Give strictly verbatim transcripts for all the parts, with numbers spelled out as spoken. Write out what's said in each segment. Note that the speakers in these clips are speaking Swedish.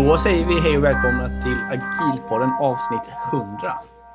Då säger vi hej och välkomna till Agilpodden avsnitt hundra.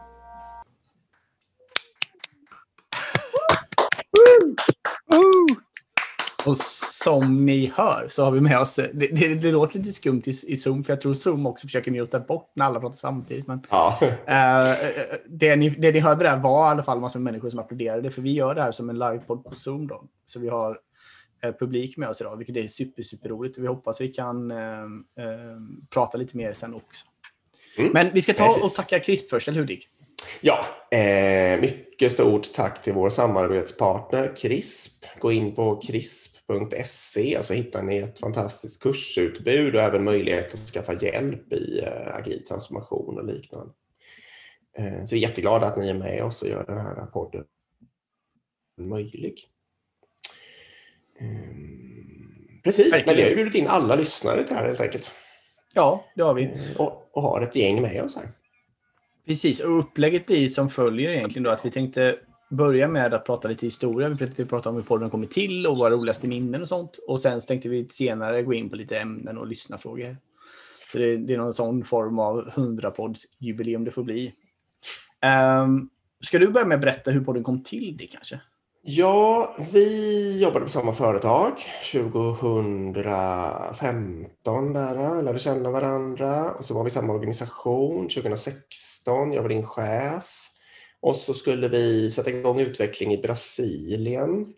Och som ni hör så har vi med oss, det, det, det låter lite skumt i, i Zoom, för jag tror Zoom också försöker muta bort när alla pratar samtidigt. Men, ja. uh, det, ni, det ni hörde där var i alla fall en massa människor som applåderade, för vi gör det här som en livepodd på Zoom då. Så vi har uh, publik med oss idag, vilket är super, super roligt. Vi hoppas vi kan uh, uh, prata lite mer sen också. Mm. Men vi ska ta Precis. och tacka Crisp först, eller hur Dick? Ja, eh, mycket stort tack till vår samarbetspartner Crisp. Gå in på crisp punkt se, så hittar ni ett fantastiskt kursutbud och även möjlighet att skaffa hjälp i eh, agil transformation och liknande. Eh, så vi är jätteglada att ni är med oss och gör den här podden möjlig. Eh, precis, Verkligen. Men vi har bjudit in alla lyssnare till det här helt enkelt. Ja, det har vi. Eh, och, och har ett gäng med oss här. Precis, och upplägget blir som följer egentligen då, att vi tänkte börja med att prata lite historia. Vi tänkte prata om hur podden kommer till och våra roligaste minnen och sånt. Och sen tänkte vi senare gå in på lite ämnen och lyssna frågor. Så det, det är någon sån form av hundra-podds jubileum det får bli. Um, ska du börja med att berätta hur podden kom till det kanske? Ja, vi jobbade på samma företag tjugohundrafemton där, lärde känna varandra, och så var vi i samma organisation tjugohundrasexton, jag var din chef, och så skulle vi sätta igång utveckling i Brasilien,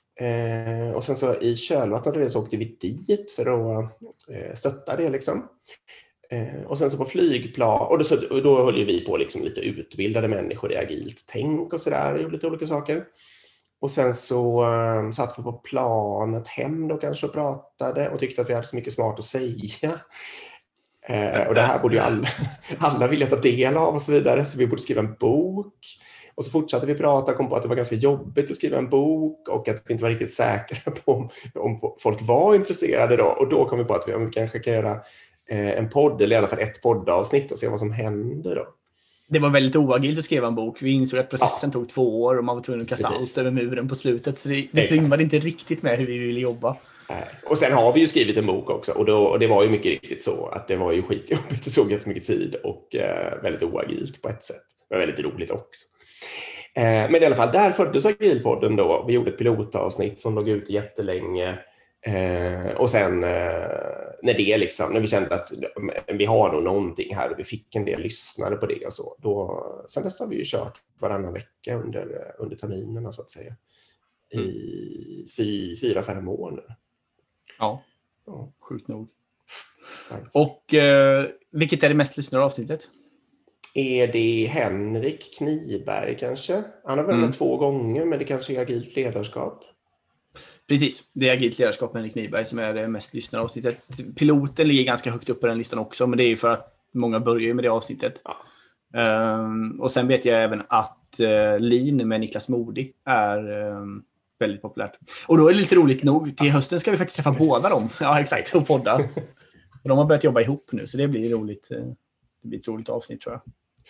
eh, och sen så i kölvattnet av det så åkte vi dit för att eh, stötta det liksom. Eh, och sen så på flygplan, och då, så, och då höll ju vi på liksom lite utbildade människor i agilt tänk och sådär, och gjorde lite olika saker. Och sen så um, satt vi på planet hem då kanske och pratade och tyckte att vi hade så mycket smart att säga. Eh, och det här borde ju alla, alla vilja ta del av och så vidare, så vi borde skriva en bok. Och så fortsatte vi prata och kom på att det var ganska jobbigt att skriva en bok och att vi inte var riktigt säkra på om, om folk var intresserade då. Och då kom vi på att vi, om vi kanske kan göra eh, en podd, eller i alla fall ett poddavsnitt, och se vad som händer då. Det var väldigt oagilt att skriva en bok. Vi insåg att processen ja. tog två år och man var tvungen att kasta Precis. allt över muren på slutet. Så det, det rimmade inte riktigt med hur vi ville jobba. Nej. Och sen har vi ju skrivit en bok också. Och, då, och det var ju mycket riktigt så att det var ju skitjobbigt. Det tog jättemycket tid och eh, väldigt oagilt på ett sätt. Det var väldigt roligt också. Eh, men i alla fall, där föddes Agilpodden då. Vi gjorde ett pilotavsnitt som låg ute jättelänge. Eh, och sen eh, när det liksom, när vi kände att vi har nog någonting här och vi fick en del lyssnare på det och så, då, sen dess har vi ju kört varannan vecka under, under terminerna så att säga i fy, fyra, fem år nu. Ja, ja. Sjukt nog. Nice. Och eh, vilket är det mest lyssnade avsnittet? Är det Henrik Kniberg kanske? Han har varit med mm. två gånger, men det kanske är agilt ledarskap. Precis, det är agilt ledarskap med Henrik Kniberg som är det mest lyssnade avsnittet. Piloten ligger ganska högt upp på den listan också, men det är ju för att många börjar med det avsnittet. Ja. Um, och sen vet jag även att uh, Lean med Niklas Modi är um, väldigt populärt. Och då är det lite roligt nog, till hösten ska vi faktiskt träffa Precis. båda dem. Ja, exakt, och podda. Och de har börjat jobba ihop nu, så det blir roligt. Det blir ett roligt avsnitt tror jag.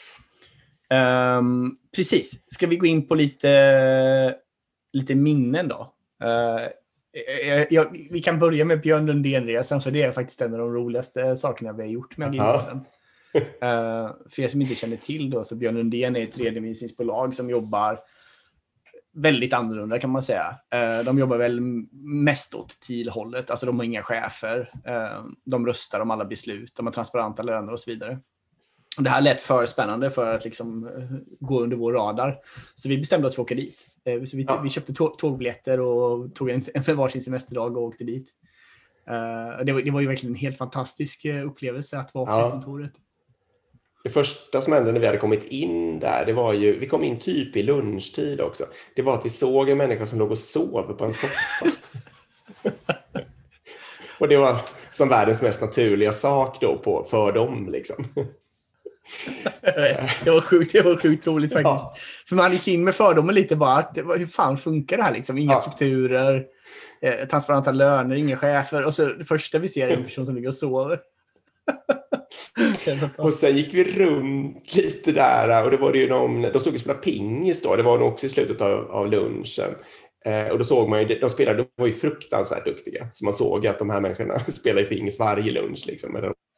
Um, precis, ska vi gå in på lite, lite minnen då? Uh, jag, jag, vi kan börja med Björn Lundén-resan, för det är faktiskt en av de roligaste sakerna vi har gjort med Agilpodden. uh, för er som inte känner till då, så Björn Lundén är ett redovisningsbolag som jobbar väldigt annorlunda kan man säga. Uh, de jobbar väl mest åt T I L-hållet, alltså de har inga chefer, uh, de röstar om alla beslut, de har transparenta löner och så vidare. Och det här lät för spännande för att liksom uh, gå under vår radar, så vi bestämde oss för att åka dit. Så vi, ja. vi köpte tåg, tågbiljetter och tog en, en varsin semesterdag och åkte dit. Uh, det, var, det var ju verkligen en helt fantastisk upplevelse att vara på ja. kontoret. Det första som hände när vi hade kommit in där, det var ju, vi kom in typ i lunchtid också. Det var att vi såg en människa som låg och sov på en soffa. Och det var som världens mest naturliga sak då på, för dem liksom. Det var sjukt, det var sjukt roligt faktiskt. Ja. För man gick in med fördomar lite bara att det var, hur fan funkar det här liksom? Inga ja. strukturer, eh, transparenta löner, inga chefer, och så det första vi ser är en person som ligger och sover. Och sen gick vi runt lite där, och det var det ju någon, de stod och spelade pingis då, det var nog också i slutet av, av lunchen. Eh, och då såg man ju, de spelade, de var ju fruktansvärt duktiga, så man såg att de här människorna spelade pingis varje lunch liksom, med de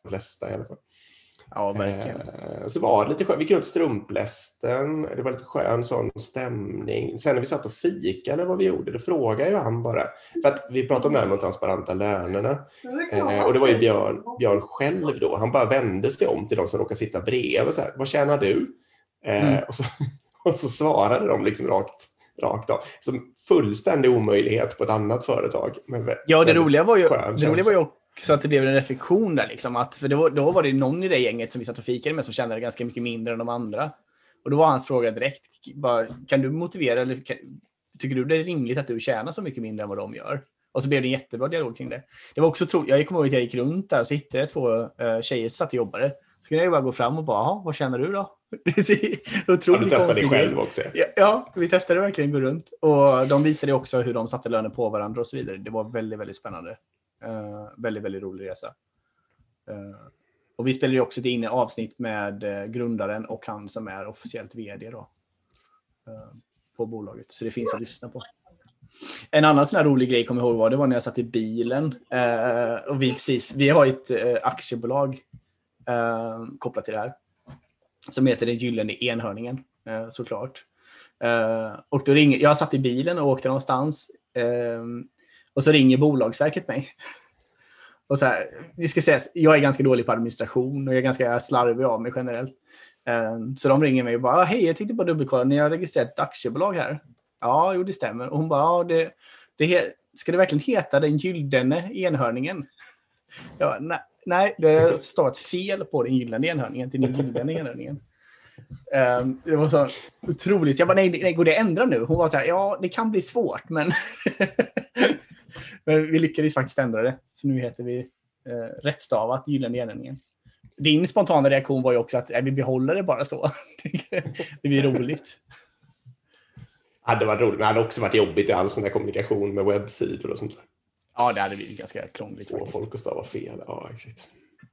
de flesta i alla fall. Ja, verkligen. Eh, så var det lite skönt. Vi gick runt Strumplästen. Det var lite skön sån stämning. Sen när vi satt och fika eller vad vi gjorde, då frågade ju han bara. För att vi pratade om det här med de transparenta lönerna. Eh, och det var ju Björn, Björn själv då. Han bara vände sig om till de som råkade sitta bredvid. Så här, vad tjänar du? Eh, mm. och, så, och så svarade de liksom rakt, rakt av. Som fullständig omöjlighet på ett annat företag. Men ja, det roliga var ju, det roliga var ju så att det blev en reflektion där liksom, att för det var, då var det någon i det gänget som vi satt och fikade med som tjänade ganska mycket mindre än de andra. Och då var hans fråga direkt, bara, kan du motivera eller kan, tycker du det är rimligt att du tjänar så mycket mindre än vad de gör? Och så blev det en jättebra dialog kring det. Det var också tro, jag kommer ihåg att jag gick runt där och så hittade jag två uh, tjejer som satt och jobbade. Så kunde jag bara gå fram och bara, vad känner du då? Ja, du testade det själv också. Ja, ja, vi testade verkligen gå runt. Och de visade också hur de satte löner på varandra och så vidare. Det var väldigt, väldigt spännande. Uh, väldigt, väldigt rolig resa. Uh, och vi spelade ju också in ett avsnitt med uh, grundaren och han som är officiellt vd då, uh, på bolaget. Så det finns att lyssna på. En annan sån här rolig grej kommer jag ihåg var det var när jag satt i bilen. Uh, och vi, precis, vi har ett uh, aktiebolag uh, kopplat till det här. Som heter Den gyllene enhörningen, uh, såklart. Uh, och då ring, jag satt i bilen och åkte någonstans. Uh, Och så ringer Bolagsverket mig. Och så här, det ska sägas, jag är ganska dålig på administration och jag är ganska slarvig av mig generellt. Um, så de ringer mig och bara, hej, jag tänkte bara dubbelkolla, ni har registrerat ett aktiebolag här. Ja, jo, det stämmer. Och hon bara, ja, det, det, ska det verkligen heta Den gyllene enhörningen? Ja, nej, nej, det har stavat fel på Den gyllene enhörningen till Den gyllene enhörningen. Um, det var så otroligt. Jag bara, nej, nej, går det att ändra nu? Hon var så här, ja, det kan bli svårt, men... Men vi lyckades faktiskt ändra det. Så nu heter vi eh, rättstavat Gyllene enhörningen. Din spontana reaktion var ju också att äh, vi behåller det bara så. Det blir roligt. Ja, det var roligt. Men det hade också varit jobbigt i all sån där kommunikation med webbsidor och sånt där. Ja, det hade blivit ganska krångligt. Få folk att stava fel. Ja, exakt.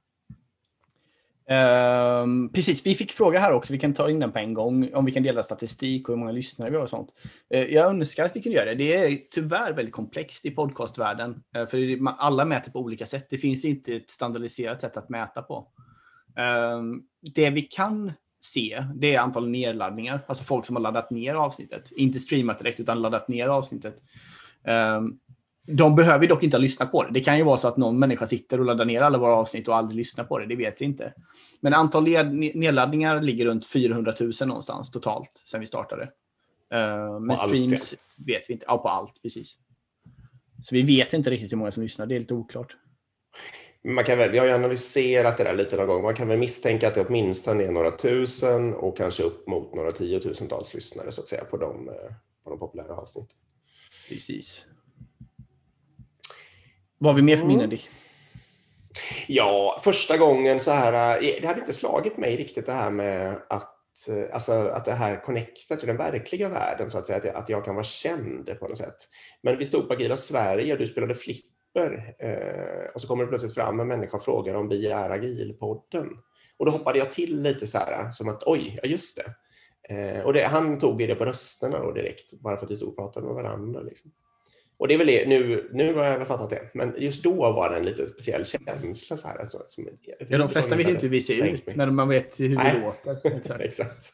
Um, precis, vi fick fråga här också, vi kan ta in den på en gång, om vi kan dela statistik och hur många lyssnare vi har och sånt. Uh, jag önskar att vi kunde göra det. Det är tyvärr väldigt komplext i podcastvärlden, uh, för alla mäter på olika sätt. Det finns inte ett standardiserat sätt att mäta på. Um, det vi kan se, det är antal nedladdningar, alltså folk som har laddat ner avsnittet. Inte streamat direkt, utan laddat ner avsnittet. Um, De behöver dock inte ha lyssnat på det. Det kan ju vara så att någon människa sitter och laddar ner alla våra avsnitt och aldrig lyssnar på det. Det vet vi inte. Men antal nedladdningar ligger runt fyrahundratusen någonstans totalt sedan vi startade. Uh, men streams allt, ja. vet vi inte. Ja, på allt, precis. Så vi vet inte riktigt hur många som lyssnar. Det är lite oklart. Man kan väl, vi har ju analyserat det där lite någon gång. Man kan väl misstänka att det åtminstone är några tusen och kanske upp mot några tiotusentals lyssnare så att säga på de, på de populära avsnitten. Precis. Vad har vi mer för minnen, Dick? Ja, första gången så här, det hade inte slagit mig riktigt det här med att, alltså, att det här connectar till den verkliga världen så att säga, att jag, att jag kan vara känd på något sätt. Men vi stod på Agila Sverige och du spelade flipper eh, och så kommer det plötsligt fram en människa och frågar om vi är Agilpodden. Och då hoppade jag till lite så här, som att oj, ja just det. Eh, och det, han tog det på rösterna då direkt, bara för att vi stod och pratade med varandra liksom. Och det är väl det, nu, nu har jag väl fattat det. Men just då var det en lite speciell känsla. Så här, alltså, som, ja, de flesta vet inte hur vi ser ut, men man vet hur Nej. vi låter. Exakt. Exakt.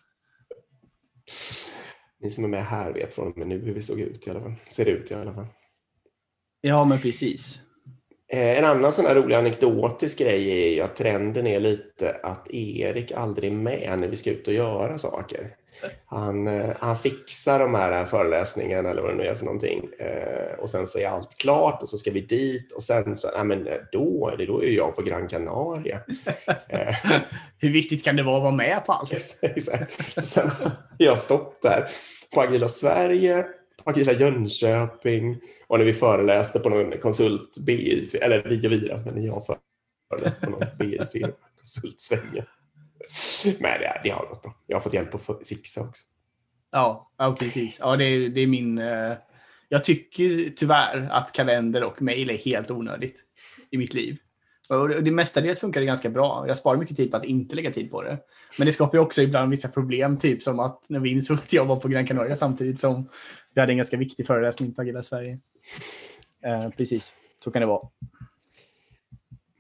Ni som är med här vet från och med nu hur vi såg ut i alla fall. Ser ut i alla fall. Ja, men precis. En annan sån här rolig anekdotisk grej är ju att trenden är lite att Erik aldrig är med när vi ska ut och göra saker. Han, han fixar de här föreläsningarna eller vad det nu är för någonting. Och sen så är allt klart och så ska vi dit. Och sen så, nej men då är det då är jag på Gran Canaria. Hur viktigt kan det vara att vara med på allt? Sen har jag stått där på Agila Sverige, på Agila Jönköping. Och när vi föreläste på någon konsult B I, eller vi och vi, men jag föreläste på någon B I-firma, konsultsvängen. Men det, det har gått bra. Jag har fått hjälp att fixa också. Ja, ja precis. Ja, det är, det är min... Uh, jag tycker tyvärr att kalender och mejl är helt onödigt i mitt liv. Och det mestadels funkar det ganska bra. Jag sparar mycket tid på att inte lägga tid på det. Men det skapar ju också ibland vissa problem, typ som att när vi insåg att jag var på Gran Canaria samtidigt som vi hade en ganska viktig föreläsning på Agila Sverige. Uh, precis, så kan det vara.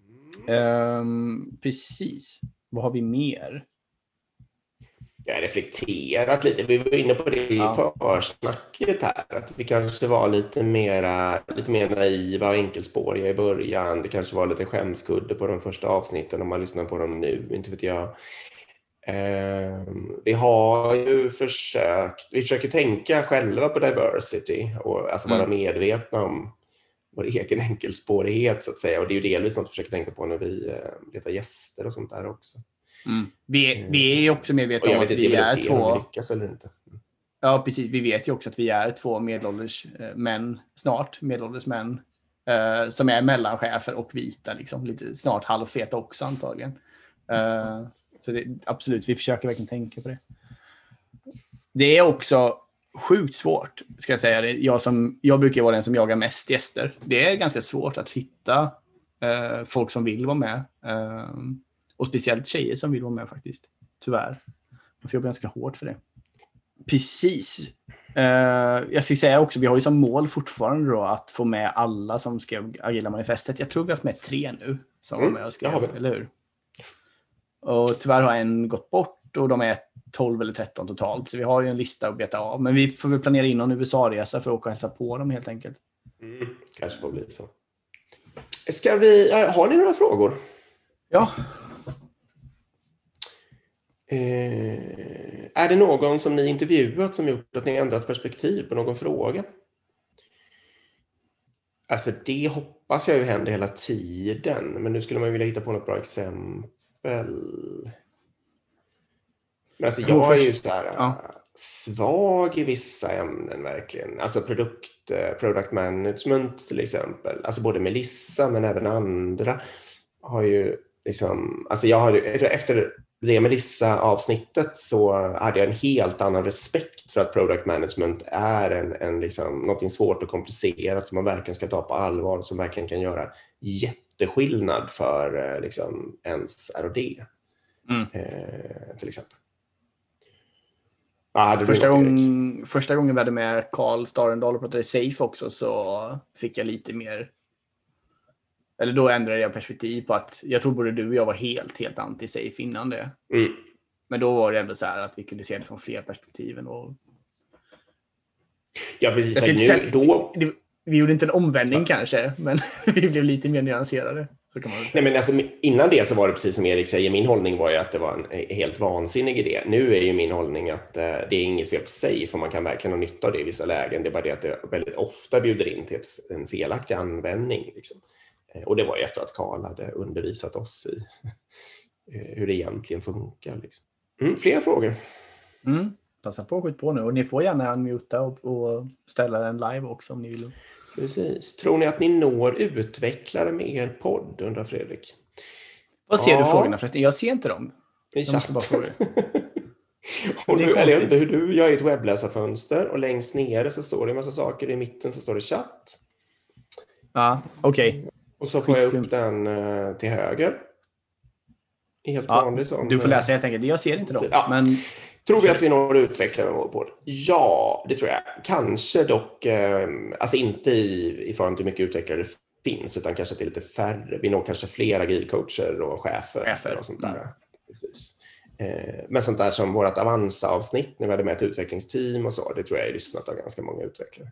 Um, precis. Vad har vi mer? Jag har reflekterat lite. Vi var inne på det i ja. försnacket här. Att vi kanske var lite, mera, lite mer naiva och enkelspåriga i början. Det kanske var lite skämskudde på de första avsnitten om man lyssnar på dem nu. Inte vet jag. Eh, vi har ju försökt, vi försöker tänka själva på diversity. Och alltså vara mm. medvetna om vår egen enkelspårighet så att säga. Och det är ju delvis något vi försöker tänka på när vi eh, letar gäster och sånt där också. Mm. Vi, vi är också medvetna om att vi är två... Vi lyckas eller inte. Ja, precis. Vi vet ju också att vi är två medelålders män, snart medelålders män, eh, som är mellanchefer och vita. Liksom. Lite snart halvfeta också antagligen. Eh, så det, absolut, vi försöker verkligen tänka på det. Det är också sjukt svårt, ska jag säga. Jag, som, jag brukar vara den som jagar mest gäster. Det är ganska svårt att hitta eh, folk som vill vara med. Eh, Och speciellt tjejer som vill vara med faktiskt. Tyvärr. Man får jobba ganska hårt för det. Precis. Uh, jag ska säga också, vi har ju som mål fortfarande då att få med alla som skrev Agila manifestet. Jag tror vi har haft med tre nu som mm, var med och skrev, eller hur? Och tyvärr har en gått bort och de är tolv eller tretton totalt. Så vi har ju en lista att beta av. Men vi får väl planera in en U S A-resa för att åka och hälsa på dem helt enkelt. Mm, kanske får bli så. Ska vi, har ni några frågor? Ja. Eh, är det någon som ni intervjuat som gjort att ni ändrat perspektiv på någon fråga? Alltså det hoppas jag ju händer hela tiden. Men nu skulle man vilja hitta på något bra exempel. Men alltså jag är ju så här ja. svag i vissa ämnen verkligen. Alltså produkt, product management till exempel. Alltså både Melissa men även andra har ju liksom, alltså jag har ju, efter det Melissa-avsnittet så hade jag en helt annan respekt för att product management är en, en liksom, något svårt och komplicerat som man verkligen ska ta på allvar, som verkligen kan göra jätteskillnad för liksom, ens R och D. Mm. Eh, till exempel. Ah, första, gång, första gången vi hade med Carl Starendal och pratade safe också så fick jag lite mer. Eller då ändrade jag perspektiv på att jag tror både du och jag var helt, helt anti-safe innan det. Mm. Men då var det ändå så här att vi kunde se det från fler perspektiven. Och... Ja, precis. Nu, säga, då... vi, vi gjorde inte en omvändning Nej. kanske, men vi blev lite mer nyanserade. Så kan man säga. Nej, men alltså, innan det så var det precis som Erik säger. Min hållning var ju att det var en helt vansinnig idé. Nu är ju min hållning att uh, det är inget fel på safe och man kan verkligen ha nytta av det i vissa lägen. Det är bara det att det väldigt ofta bjuder in till ett, en felaktig användning. Liksom. Och det var ju efter att Carl hade undervisat oss i hur det egentligen funkar. Liksom. Mm, fler frågor? Mm, passa på att skjuta på nu. Och ni får gärna unmuta och, och ställa den live också om ni vill. Precis. Tror ni att ni når utvecklare med er podd, undrar Fredrik? Vad ser ja. du frågorna förresten? Jag ser inte dem. I chatt. Och nu, eller jag vet inte hur du gör ett webbläsarfönster och längst nere så står det en massa saker. I mitten så står det chatt. Ja, okej. Okay. Och så får jag upp den uh, till höger. Helt ja, vanlig sån. Du får läsa helt enkelt. Jag ser inte dem. Ja. Men... Tror vi att vi når utvecklare med vår podd? Ja, det tror jag. Kanske dock, eh, alltså inte i, i förhållande till hur mycket utvecklare det finns, utan kanske till lite färre. Vi når kanske fler agilcoacher och chefer, chefer. och sånt där. Mm. Precis. Eh, men sånt där som vårt Avanza-avsnitt när vi hade med ett utvecklingsteam och så, det tror jag är lyssnat av ganska många utvecklare.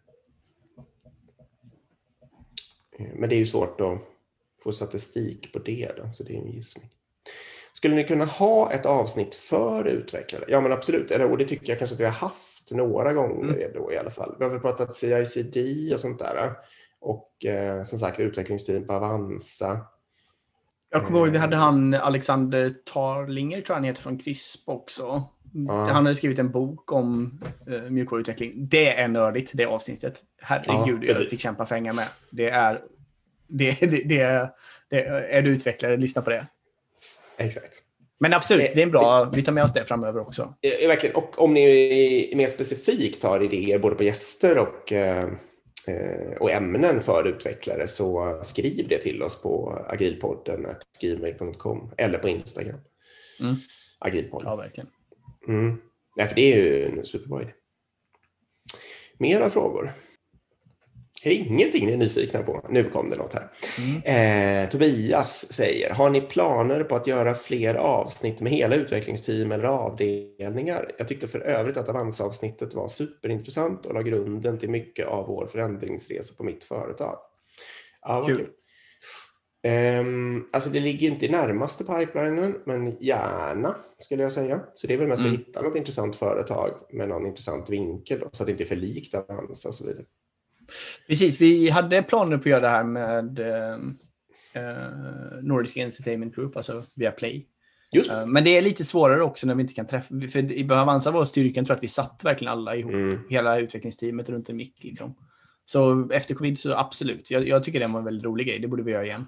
Men det är ju svårt att få statistik på det då, så det är en gissning. Skulle ni kunna ha ett avsnitt för utvecklare? Ja, men absolut. Eller, och det tycker jag kanske att vi har haft några gånger mm. då i alla fall. Vi har väl pratat C I C D och sånt där. Och eh, som sagt utvecklingsteam på Avanza. Jag kommer ihåg vi hade han Alexander Tarlinger, tror jag han heter, från C R I S P också. Ja. Han hade skrivit en bok om uh, mjukvaruutveckling. Det är nördigt, det avsnittet. Herregud, ja, jag fick kämpa för att hänga med. Det är, det, det, det, är, det är, är du utvecklare, lyssna på det. Exakt. Men absolut, det är en bra, vi tar med oss det framöver också. Eh, verkligen. Och om ni mer specifikt har idéer både på gäster och, eh, och ämnen för utvecklare, så skriv det till oss på agilpodden at gmail dot com eller på Instagram. Mm. Agilpodden. Ja, verkligen. Mm. Ja, för det är ju en superbra idé. Mera frågor? Är det ingenting ni är nyfikna på? Nu kom det något här. Mm. Eh, Tobias säger, har ni planer på att göra fler avsnitt med hela utvecklingsteam eller avdelningar? Jag tyckte för övrigt att Avanza-avsnittet var superintressant och la grunden till mycket av vår förändringsresa på mitt företag. Ja, vad kul. kul. Um, alltså det ligger inte i närmaste pipelinen, men gärna skulle jag säga. Så det är väl mest mm. att hitta något intressant företag med någon intressant vinkel då, så att det inte är för likt Avanza och så vidare. Precis, vi hade planer på att göra det här med uh, uh, Nordic Entertainment Group, alltså via Play. Just. Uh, men det är lite svårare också när vi inte kan träffa, för i Avanza var styrkan, tror att vi satt verkligen alla ihop, mm. hela utvecklingsteamet runt en mick liksom. Så efter covid så absolut, jag, jag tycker det var en väldigt rolig grej, det borde vi göra igen.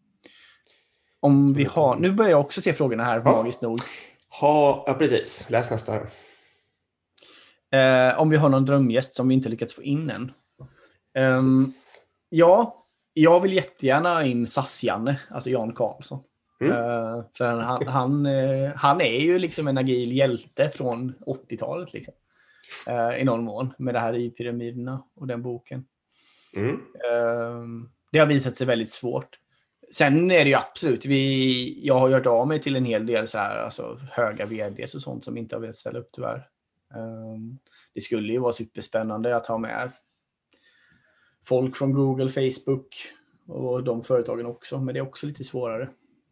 Om vi har, nu börjar jag också se frågorna här, ja. magiskt nog. Ha, ja, precis. Läs nästa. Eh, om vi har någon drömgäst som vi inte lyckats få in än. Um, ja, jag vill jättegärna ha in S A S-Janne, alltså Jan Karlsson. Mm. Uh, för han, han, uh, han är ju liksom en agil hjälte från åttiotalet liksom. Uh, i någon mån, med det här i pyramiderna och den boken. Mm. Uh, det har visat sig väldigt svårt. Sen är det ju absolut, vi, jag har gjort av mig till en hel del så här, alltså, höga vds och sånt som inte har velat ställa upp tyvärr. Um, det skulle ju vara superspännande att ha med folk från Google, Facebook och de företagen också, men det är också lite svårare.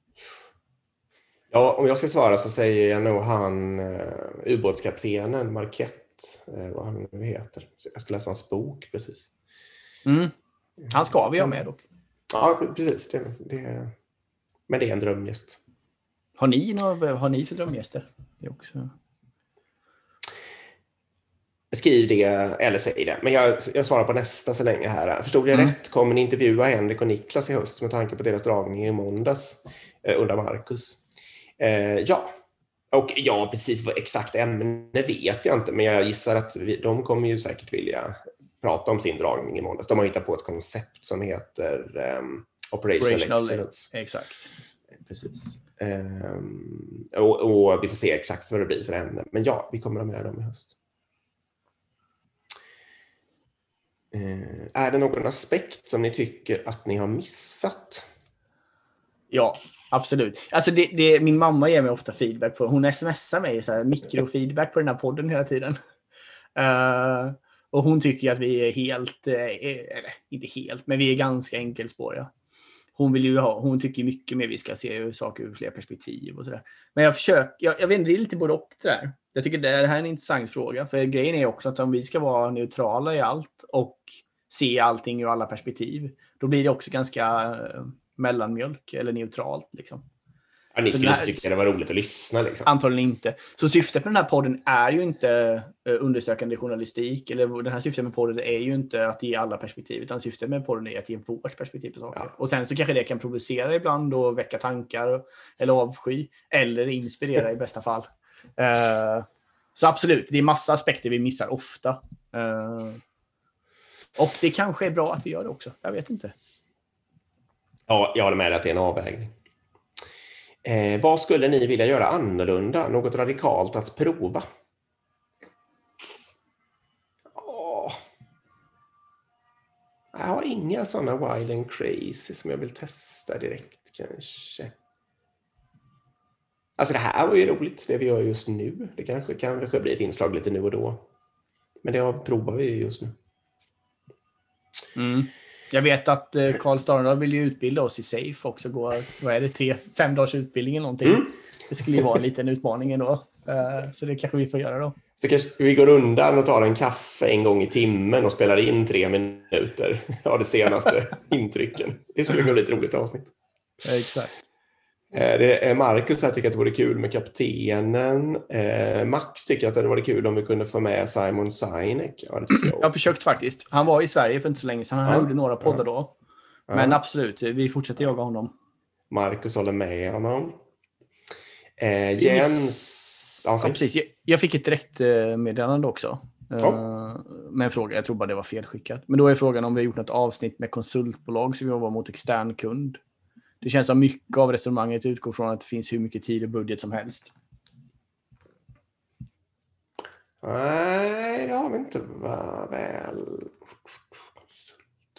Ja, om jag ska svara så säger jag nog han uh, ubåtskaptenen Marquette, uh, vad han nu heter. Jag ska läsa hans bok precis. Mm. Han ska vi ha med dock. Ja, precis. Det, det, men det är en drömgäst. Har ni, några, har ni för drömgäster? Det är också... Skriv det, eller säg det. Men jag, jag svarar på nästa så länge här. Förstod jag mm. rätt? Kommer ni intervjua Henrik och Niklas i höst med tanke på deras dragning i måndags eh, under Marcus? Eh, ja. Och ja, precis vad exakt ämne vet jag inte. Men jag gissar att vi, de kommer ju säkert vilja prata om sin dragning i måndags. De har hittat på ett koncept som heter um, Operational, Operational Excellence. Exakt. Precis. Um, och, och vi får se exakt vad det blir för ämne. Men ja, vi kommer att ha med dem i höst. Uh, är det någon aspekt som ni tycker att ni har missat? Ja, absolut. Alltså det, det, min mamma ger mig ofta feedback på. Hon smsar mig så här, mikrofeedback på den här podden hela tiden. Uh, Och hon tycker att vi är helt, eller inte helt, men vi är ganska enkelspåriga. Hon vill ju ha, hon tycker mycket mer vi ska se saker ur fler perspektiv och sådär. Men jag försöker, jag, jag vet inte, det är lite både och det där. Jag tycker det här är en intressant fråga. För grejen är också att om vi ska vara neutrala i allt och se allting ur alla perspektiv, då blir det också ganska mellanmjölk eller neutralt liksom. Ja, ni skulle här, tycka det var roligt att lyssna liksom. Antagligen inte. Så syftet med den här podden är ju inte uh, undersökande journalistik, eller den här syftet med podden är ju inte att ge alla perspektiv, utan syftet med podden är att ge vårt perspektiv på saker. Ja. Och sen så kanske det kan provocera ibland och väcka tankar eller avsky, eller inspirera i bästa fall. Uh, så absolut, det är massa aspekter vi missar ofta. Uh, och det kanske är bra att vi gör det också, jag vet inte. Ja, jag håller med att det är en avvägning. Eh, vad skulle ni vilja göra annorlunda? Något radikalt att prova? Åh. Jag har inga sådana wild and crazy som jag vill testa direkt kanske. Alltså det här var ju roligt, det vi gör just nu. Det kanske kanske blir ett inslag lite nu och då. Men det provar vi just nu. Mm. Jag vet att eh, Carl Starndahl vill ju utbilda oss i SAFe också. Gå, vad är det, tre, fem dagars utbildning eller någonting. Mm. Det skulle ju vara en liten utmaning ändå. Uh, så det kanske vi får göra då. Så kanske vi går undan och tar en kaffe en gång i timmen och spelar in tre minuter av de senaste intrycken. Det skulle gå lite roligt avsnitt. Ja, exakt. Det är Marcus här tycker att det vore kul med kaptenen. Max tycker att det vore kul om vi kunde få med Simon Sinek. Ja, det tycker jag, jag har försökt faktiskt. Han var i Sverige för inte så länge sedan. Han ja, gjorde några poddar ja. då. Men ja. absolut, vi fortsätter jaga honom. Marcus håller med honom. Eh, Jens... Ja, precis. Jag, jag fick ett direkt meddelande också. Ja. Med en fråga. Jag tror bara det var felskickat. Men då är frågan om vi har gjort något avsnitt med konsultbolag som jobbar mot extern kund. Det känns som mycket av resonemanget utgår från att det finns hur mycket tid och budget som helst. Nej, det har vi inte var väl.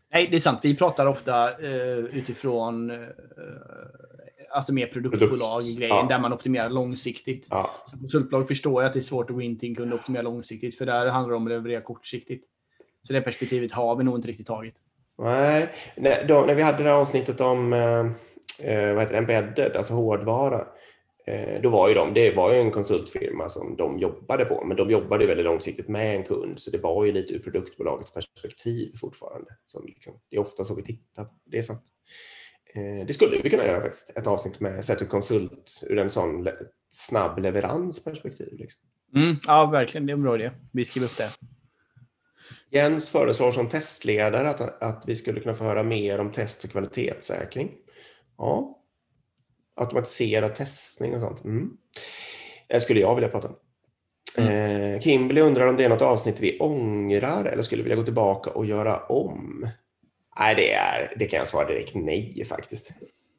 Nej, det är sant. Vi pratar ofta uh, utifrån uh, alltså mer produktbolag i grejen, ja. Där man optimerar långsiktigt. Ja. Så konsultbolag förstår jag att det är svårt att Winting kunna optimera långsiktigt, för där handlar det om att leverera kortsiktigt. Så det perspektivet har vi nog inte riktigt tagit. Nej, när, då, när vi hade det här avsnittet om eh, vad heter det, embedded, alltså hårdvara, eh, då var ju de, det var ju en konsultfirma som de jobbade på, men de jobbade väldigt långsiktigt med en kund, så det var ju lite ur produktbolagets perspektiv fortfarande. Så liksom, det är ofta så vi tittar, det är sant. Eh, det skulle vi kunna göra faktiskt, ett avsnitt med sett ur konsult ur en sån le- snabb leveransperspektiv. Liksom. Mm, ja, verkligen, det är en bra idé. Vi skriver upp det. Jens föreslår som testledare att, att vi skulle kunna få höra mer om test- och kvalitetssäkring. Ja. Automatiserad testning och sånt. Mm. Det skulle jag vilja prata om. Mm. Eh, Kimberly undrar om det är något avsnitt vi ångrar eller skulle vilja gå tillbaka och göra om. Nej, det, är, det kan jag svara direkt nej faktiskt.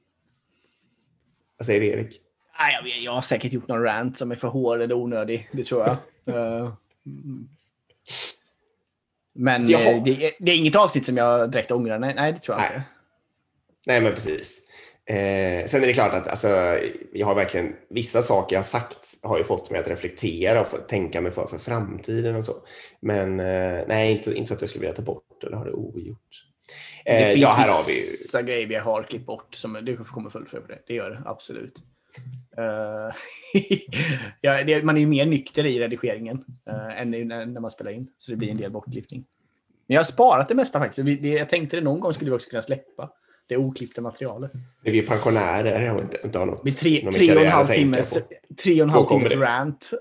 Vad säger Erik? Nej, jag, vet, jag har säkert gjort någon rant som är för hård eller onödig. Det tror jag. uh, men uh, det, är, det är inget avsnitt som jag direkt ångrar. Nej, nej det tror jag nej. inte. Nej, men precis. Eh, sen är det klart att alltså, jag har verkligen vissa saker jag sagt har ju fått mig att reflektera och för, tänka mig för, för framtiden och så. Men eh, nej, inte, inte så att jag skulle vilja ta bort eller ha det ogjort. Eh, det finns ja, här har vi vissa grejer vi har klippt bort som det kommer fullfölja på det. Det gör det, absolut. Uh, ja, det, man är ju mer nykter i redigeringen uh, än när, när man spelar in. Så det blir en del bortklippning. Men jag har sparat det mesta faktiskt. Vi, det, jag tänkte det någon gång skulle vi också kunna släppa det oklippta materialet. Vi är pensionärer och inte, inte har något. Med tre, någon tre och en halv timmes, tre och en halv timmes rant.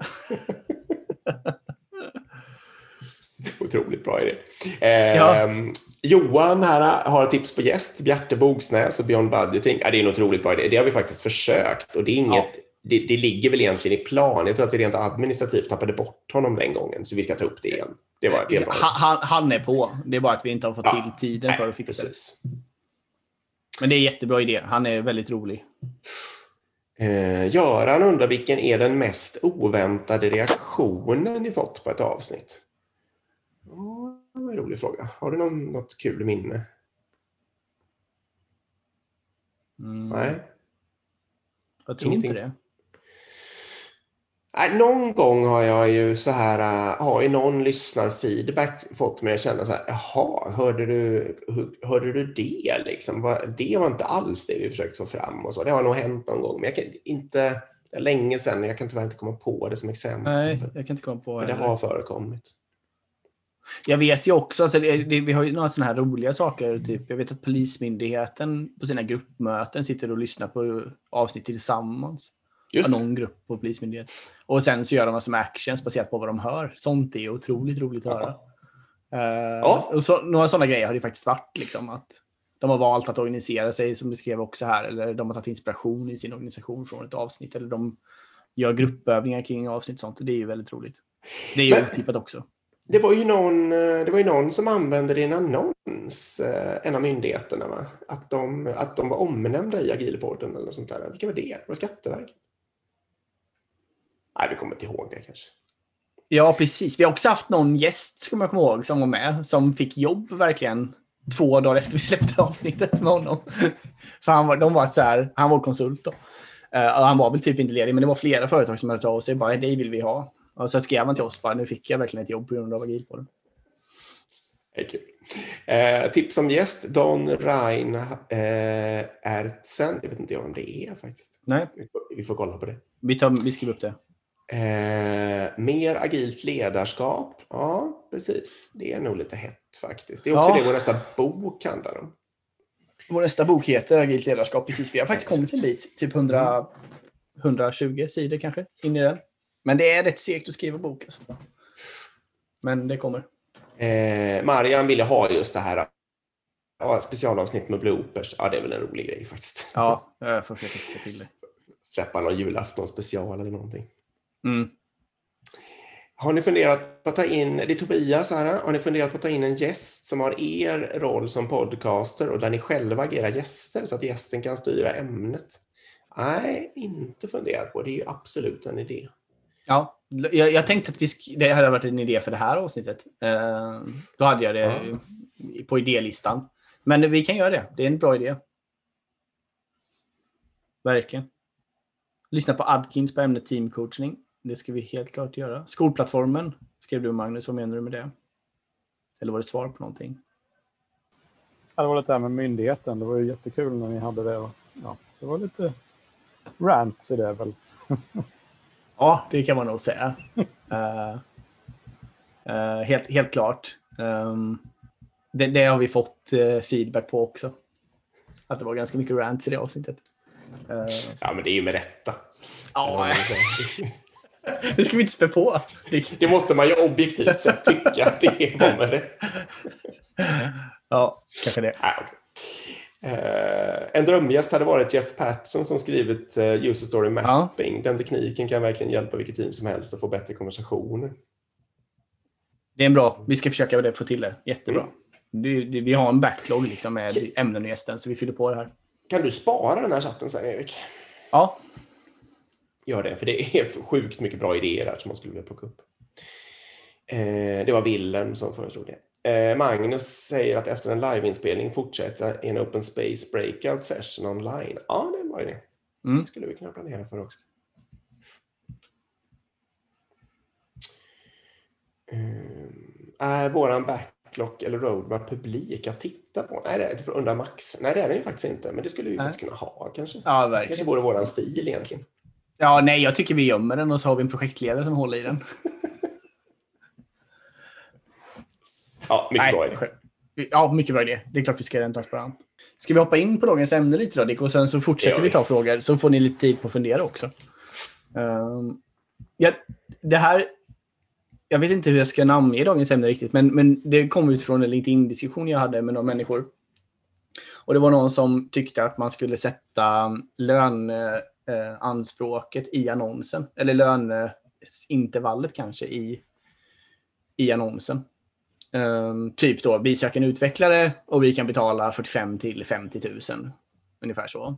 Otroligt bra idé. Eh, ja. Johan här har ett tips på gäst. Bjarte Bogsnäs och Beyond Budgeting. Ja, det är en otroligt bra idé. Det har vi faktiskt försökt. Och det, är inget, ja. det, det ligger väl egentligen i plan. Jag tror att vi rent administrativt tappade bort honom den gången. Så vi ska ta upp det igen. Det var, det var han, han är på. Det är bara att vi inte har fått ja. till tiden Nej, för att fixa precis. det. Men det är en jättebra idé. Han är väldigt rolig. Eh, Göran undrar vilken är den mest oväntade reaktionen ni fått på ett avsnitt? Oh, det var en rolig fråga. Har du någon, något kul minne? Mm. Nej. Jag tror Ingenting. inte det. Nej, någon gång har jag ju så här, har ju någon lyssnarfeedback fått mig att känna så här, jaha, hörde du, hörde du det liksom? Det var inte alls det vi försökte få fram och så. Det har nog hänt någon gång, men jag kan inte, det är länge sedan, jag kan tyvärr inte komma på det som exempel. Nej, jag kan inte komma på det. Men det har förekommit. Jag vet ju också, alltså det, det, vi har ju några sådana här roliga saker, typ, jag vet att Polismyndigheten på sina gruppmöten sitter och lyssnar på avsnitt tillsammans. Just någon grupp på Polismyndigheten. Och sen så gör de som actions baserat på vad de hör. Sånt är otroligt roligt att höra. Uh, ja. Och så, några sådana grejer har det faktiskt varit. Liksom, att de har valt att organisera sig, som du skrev också här. Eller de har tagit inspiration i sin organisation från ett avsnitt. Eller de gör gruppövningar kring avsnitt. Sånt. Det är ju väldigt roligt. Det är ju otippat också. Det var ju någon, det var ju någon som använde det i en annons, en av myndigheterna. Va? Att, de, att de var omnämnda i Agilpodden eller sånt där. Vilka var det? Det var Skatteverket. Nej, vi kommer inte ihåg det kanske. Ja, precis. Vi har också haft någon gäst, ska man komma ihåg, som var med. Som fick jobb verkligen två dagar efter vi släppte avsnittet med honom. För han var, de var så här, han var konsult då. Uh, han var väl typ inte ledig, men det var flera företag som hade tagit av sig. Bara, det vill vi ha. Och så skrev han till oss bara, nu fick jag verkligen ett jobb på grund av Agilpodden. Det är kul. Eh, tips som gäst, Don Rein eh, Ertsen. Jag vet inte om det är faktiskt. Nej. Vi får, vi får kolla på det. Vi, tar, vi skriver upp det. Eh, mer agilt ledarskap. Ja, precis. Det är nog lite hett faktiskt. Det är också ja. det vår nästa bok handlar om. Vår nästa bok heter Agilt ledarskap. Precis. Vi har faktiskt kommit en bit. Typ hundra, hundratjugo sidor kanske in i den. Men det är rätt segt att skriva bok. Alltså. Men det kommer. Eh, Marian ville ha just det här ja, specialavsnitt med bloopers. Ja, det är väl en rolig grej faktiskt. Ja, jag får försöka fixa till det. Släppa någon julaftons special eller någonting. Mm. Har ni funderat på att ta in, det är Tobias här, har ni funderat på att ta in en gäst som har er roll som podcaster och där ni själva agerar gäster så att gästen kan styra ämnet? Nej, inte funderat på. Det är ju absolut en idé. Ja, jag, jag tänkte att vi sk- det hade varit en idé för det här avsnittet. Eh, då hade jag det ja. på idélistan. Men vi kan göra det. Det är en bra idé. Verkligen. Lyssna på Adkins på ämnet teamcoachning. Det ska vi helt klart göra. Skolplattformen, skrev du Magnus. Vad menar du med det? Eller var det svar på någonting? Ja, det var lite här med myndigheten. Det var ju jättekul när ni hade det. Ja, det var lite rants i det väl. Ja, det kan man nog säga. uh, uh, helt, helt klart. Um, det, det har vi fått uh, feedback på också. Att det var ganska mycket rants i det avsnittet. Uh, ja, men det är ju med rätta. Ja, det ska vi inte spä på. Det måste man ju objektivt sett tycka att det var med rätta. Ja, kanske det. Ah, okay. Uh, en drömgäst hade varit Jeff Patterson som skrivit uh, user story mapping. Ja. Den tekniken kan verkligen hjälpa vilket team som helst att få bättre konversationer. Det är en bra. Vi ska försöka få till det. Jättebra. Mm. Det, det, vi har en backlog liksom med kan, ämnen och gästen, så vi fyller på det här. Kan du spara den här chatten sen, Erik? Ja. Gör det, för det är sjukt mycket bra idéer här som man skulle vilja plocka upp. Uh, det var Willem som föreslog det. Eh, Magnus säger att efter en liveinspelning fortsätta en open space breakout session online. Ja, det är en bra idé. Mm. Det skulle vi kunna planera för också. Eh, är våran backlog eller roadmap publik att titta på? Nej, det är inte för undra max. Nej, det är den ju faktiskt inte. Men det skulle vi nej. faktiskt kunna ha kanske. Ja, verkligen. Kanske vore våran stil egentligen. Ja, nej, jag tycker vi gömmer den och så har vi en projektledare som håller i den. Ja, mycket Nej, bra idé. Ja, mycket bra idé. Det är klart vi ska göra en transparent. Ska vi hoppa in på dagens ämne lite då, Dick? Och sen så fortsätter vi ta frågor. Så får ni lite tid på att fundera också. Um, ja, det här... Jag vet inte hur jag ska namnge dagens ämne riktigt. Men, men det kom utifrån en LinkedIn-diskussion jag hade med några människor. Och det var någon som tyckte att man skulle sätta löneanspråket i annonsen. Eller löneintervallet kanske i, i annonsen. Um, typ då, vi söker en utvecklare och vi kan betala fyrtiofem till femtio tusen. Ungefär så.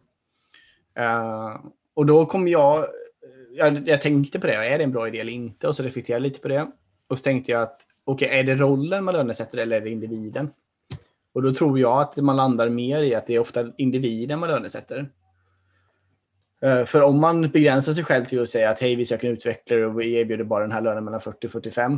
Uh, och då kom jag, jag... Jag tänkte på det. Är det en bra idé eller inte? Och så reflekterade jag lite på det. Och så tänkte jag att okej, okay, är det rollen man lönesätter eller är det individen? Och då tror jag att man landar mer i att det är ofta individen man lönesätter. Uh, för om man begränsar sig själv till att säga att hej, vi söker en utvecklare och vi erbjuder bara den här lönen mellan fyrtio och fyrtiofem.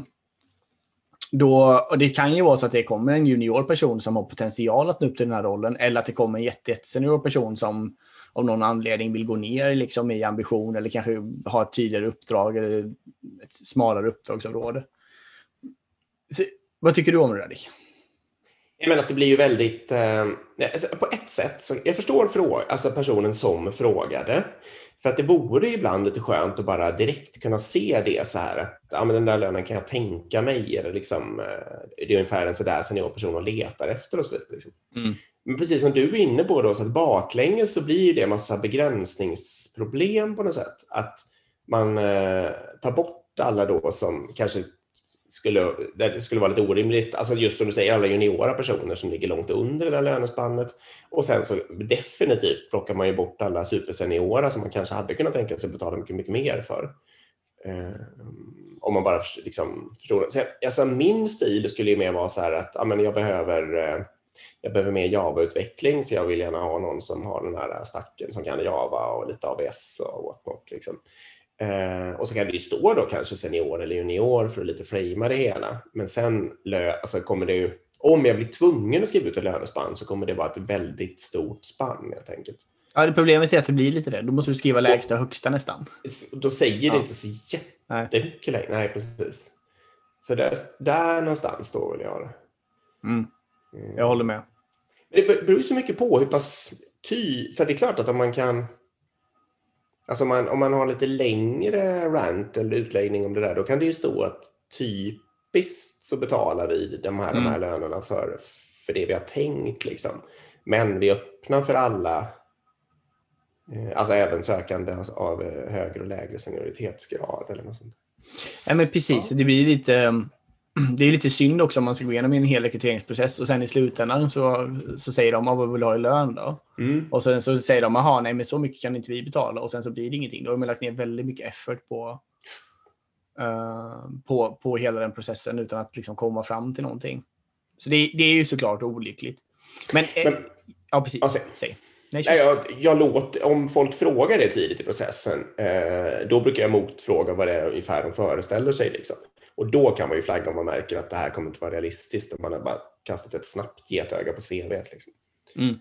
Då, och det kan ju vara så att det kommer en junior person som har potential att nå upp till den här rollen, eller att det kommer en jättesenior person som av någon anledning vill gå ner liksom i ambition eller kanske ha ett tydligare uppdrag eller ett smalare uppdragsområde. Så, vad tycker du om det där, Dick? Jag menar att det blir ju väldigt eh, på ett sätt så jag förstår fråga, alltså personen som frågade, för att det vore ibland lite skönt att bara direkt kunna se det så här att ja, men den där lönen kan jag tänka mig eller liksom det är ungefär en så där senior person och letar efter och så vidare liksom. Mm. Men precis som du är inne på då, så att baklänges så blir det en massa begränsningsproblem på något sätt, att man eh, tar bort alla då som kanske skulle, det skulle vara lite orimligt, alltså just som du säger, alla juniora personer som ligger långt under det där lönespannet, och sen så definitivt plockar man ju bort alla superseniora som man kanske hade kunnat tänka sig betala mycket, mycket mer för. Eh, om man bara liksom förstår. Så, alltså, min stil skulle ju mer vara så här att ja, men jag behöver eh, jag behöver mer Java-utveckling, så jag vill gärna ha någon som har den här stacken som kan Java och lite A W S och whatnot liksom. Eh, och så kan det ju stå då kanske senior eller junior för att lite framea det hela. Men sen lö- alltså kommer det ju, om jag blir tvungen att skriva ut ett lönespann så kommer det vara ett väldigt stort spann helt enkelt. Ja, det problemet är att det blir lite det. Då måste du skriva lägsta och högsta nästan. Då säger det ja. inte så jättemycket längre. Nej, precis. Så där, där någonstans då vill jag ha det. Mm. Jag håller med. Men det beror ju så mycket på hur pass ty... För det är klart att om man kan... Alltså om man, om man har lite längre rant eller utläggning om det där, då kan det ju stå att typiskt så betalar vi de här, mm. de här lönerna för, för det vi har tänkt liksom. Men vi öppnar för alla, alltså även sökande av högre och lägre senioritetesgrad eller något sånt. Ja, men precis. Ja. Det blir lite... Det är lite synd också om man ska gå igenom en hel rekryteringsprocess och sen i slutändan så, så säger de vad vill ha i lön då. Mm. Och sen så säger de aha, nej men så mycket kan inte vi betala, och sen så blir det ingenting. Då har man lagt ner väldigt mycket effort på, uh, på, på hela den processen utan att liksom komma fram till någonting. Så det, det är ju såklart olyckligt. Men, Men ja, precis. Alltså, Säg. Nej, nej, jag, jag låter, om folk frågar det tidigt i processen, eh, då brukar jag motfråga vad det är ungefär de föreställer sig. Liksom. Och då kan man ju flagga om man märker att det här kommer inte vara realistiskt. Om man har bara kastat ett snabbt getöga på C V. Liksom. Mm.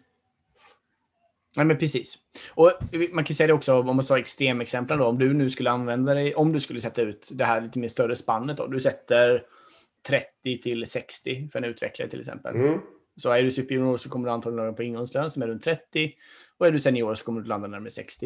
Ja, men precis. Och man kan säga det också, om man tar extremexemplen då, om du nu skulle använda dig, om du skulle sätta ut det här lite mer större spannet då, du sätter trettio till sextio för en utvecklare till exempel. Mm. Så är du superjunior så kommer du antagligen landa på ingångslön som är runt trettio, och är du senior så kommer du landa närmare sextio.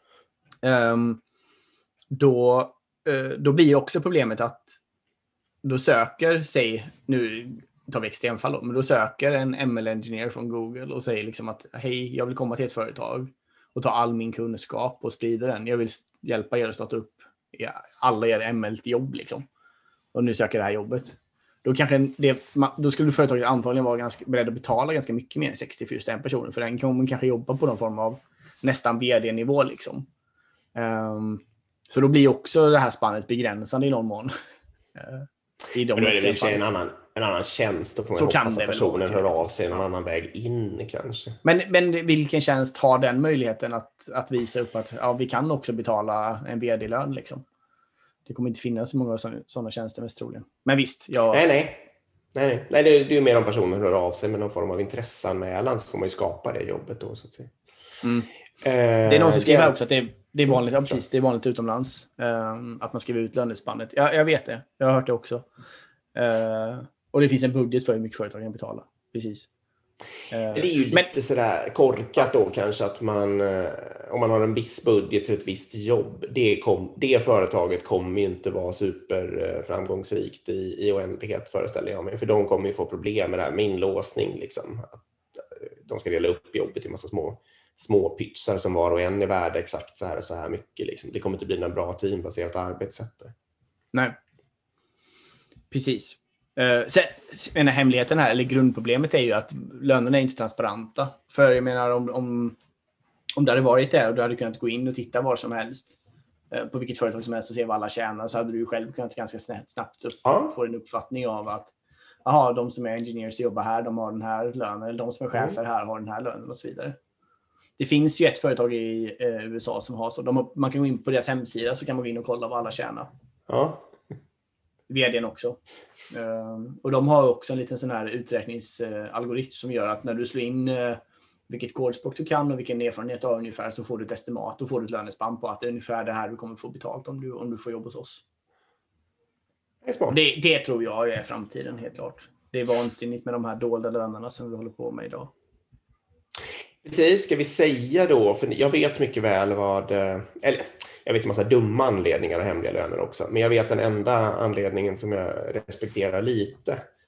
Um, då, uh, då blir också problemet att då söker, säg, nu tar vi extremfall då, men då söker en M L-engineer från Google och säger liksom att hej, jag vill komma till ett företag och ta all min kunskap och sprida den. Jag vill hjälpa er att starta upp alla er M L-jobb liksom. Och nu söker det här jobbet. Då, kanske det, då skulle företaget antagligen vara ganska beredd att betala ganska mycket mer än sextio för just en person. För den kommer kanske jobba på någon form av nästan V D-nivå liksom. Um, så då blir också det här spannet begränsande i någon mån. Uh, i de Men då är det väl en annan, en annan tjänst. Då får man hoppas att personen hör av sig någon annan väg in kanske. Men, men vilken tjänst har den möjligheten att, att visa upp att ja, vi kan också betala en V D-lön liksom? Det kommer inte finnas så många sådana tjänster mest troligen. Men visst, jag... Nej, nej. nej, nej. Det, är, det är mer om personen hör av sig med någon form av intresseanmälan, så får man ju skapa det jobbet då så att säga. Mm. Eh, det är någon som skriver det... också att det är, det är vanligt, ja, precis, det är vanligt utomlands um, att man skriver ut lönespannet. Ja, jag vet det. Jag har hört det också. Uh, och det finns en budget för hur mycket företag kan betala. Precis. Uh, det är ju lite men... sådär korkat då kanske att man, uh, om man har en viss budget till ett visst jobb, det, kom, det företaget kommer ju inte vara superframgångsrikt i, i oändlighet, föreställer jag mig. För de kommer ju få problem med det här med inlåsning. Liksom. Att, uh, de ska dela upp jobbet i massa små små pitchar som var och en är värda exakt så här och så här mycket. Liksom. Det kommer inte bli några bra teambaserat arbetssätt. Nej. Precis. Uh, sen, menar, hemligheten här, eller grundproblemet är ju att lönerna är inte transparenta. För jag menar, om, om, om det hade varit det och du hade kunnat gå in och titta var som helst uh, på vilket företag som helst och se vad alla tjänar, så hade du själv kunnat ganska snabbt, snabbt upp, ja. få en uppfattning av att aha, de som är engineers jobbar här, de har den här lönen, eller de som är chefer mm. här har den här lönen och så vidare. Det finns ju ett företag i eh, U S A som har så. De har, man kan gå in på deras hemsida, så kan man gå in och kolla vad alla tjänar. Ja. V D:n också. Uh, och de har också en liten sån här uträkningsalgoritm som gör att när du slår in uh, vilket kodspråk du kan och vilken erfarenhet du har ungefär, så får du ett estimat och får du ett lönespann på att det är ungefär det här du kommer få betalt om du, om du får jobb hos oss. Det är smart. Det, det tror jag är framtiden, helt klart. Det är vansinnigt med de här dolda lönerna som vi håller på med idag. Precis, ska vi säga då, för jag vet mycket väl vad, eller jag vet en massa dumma anledningar och hemliga löner också, men jag vet den enda anledningen som jag respekterar lite,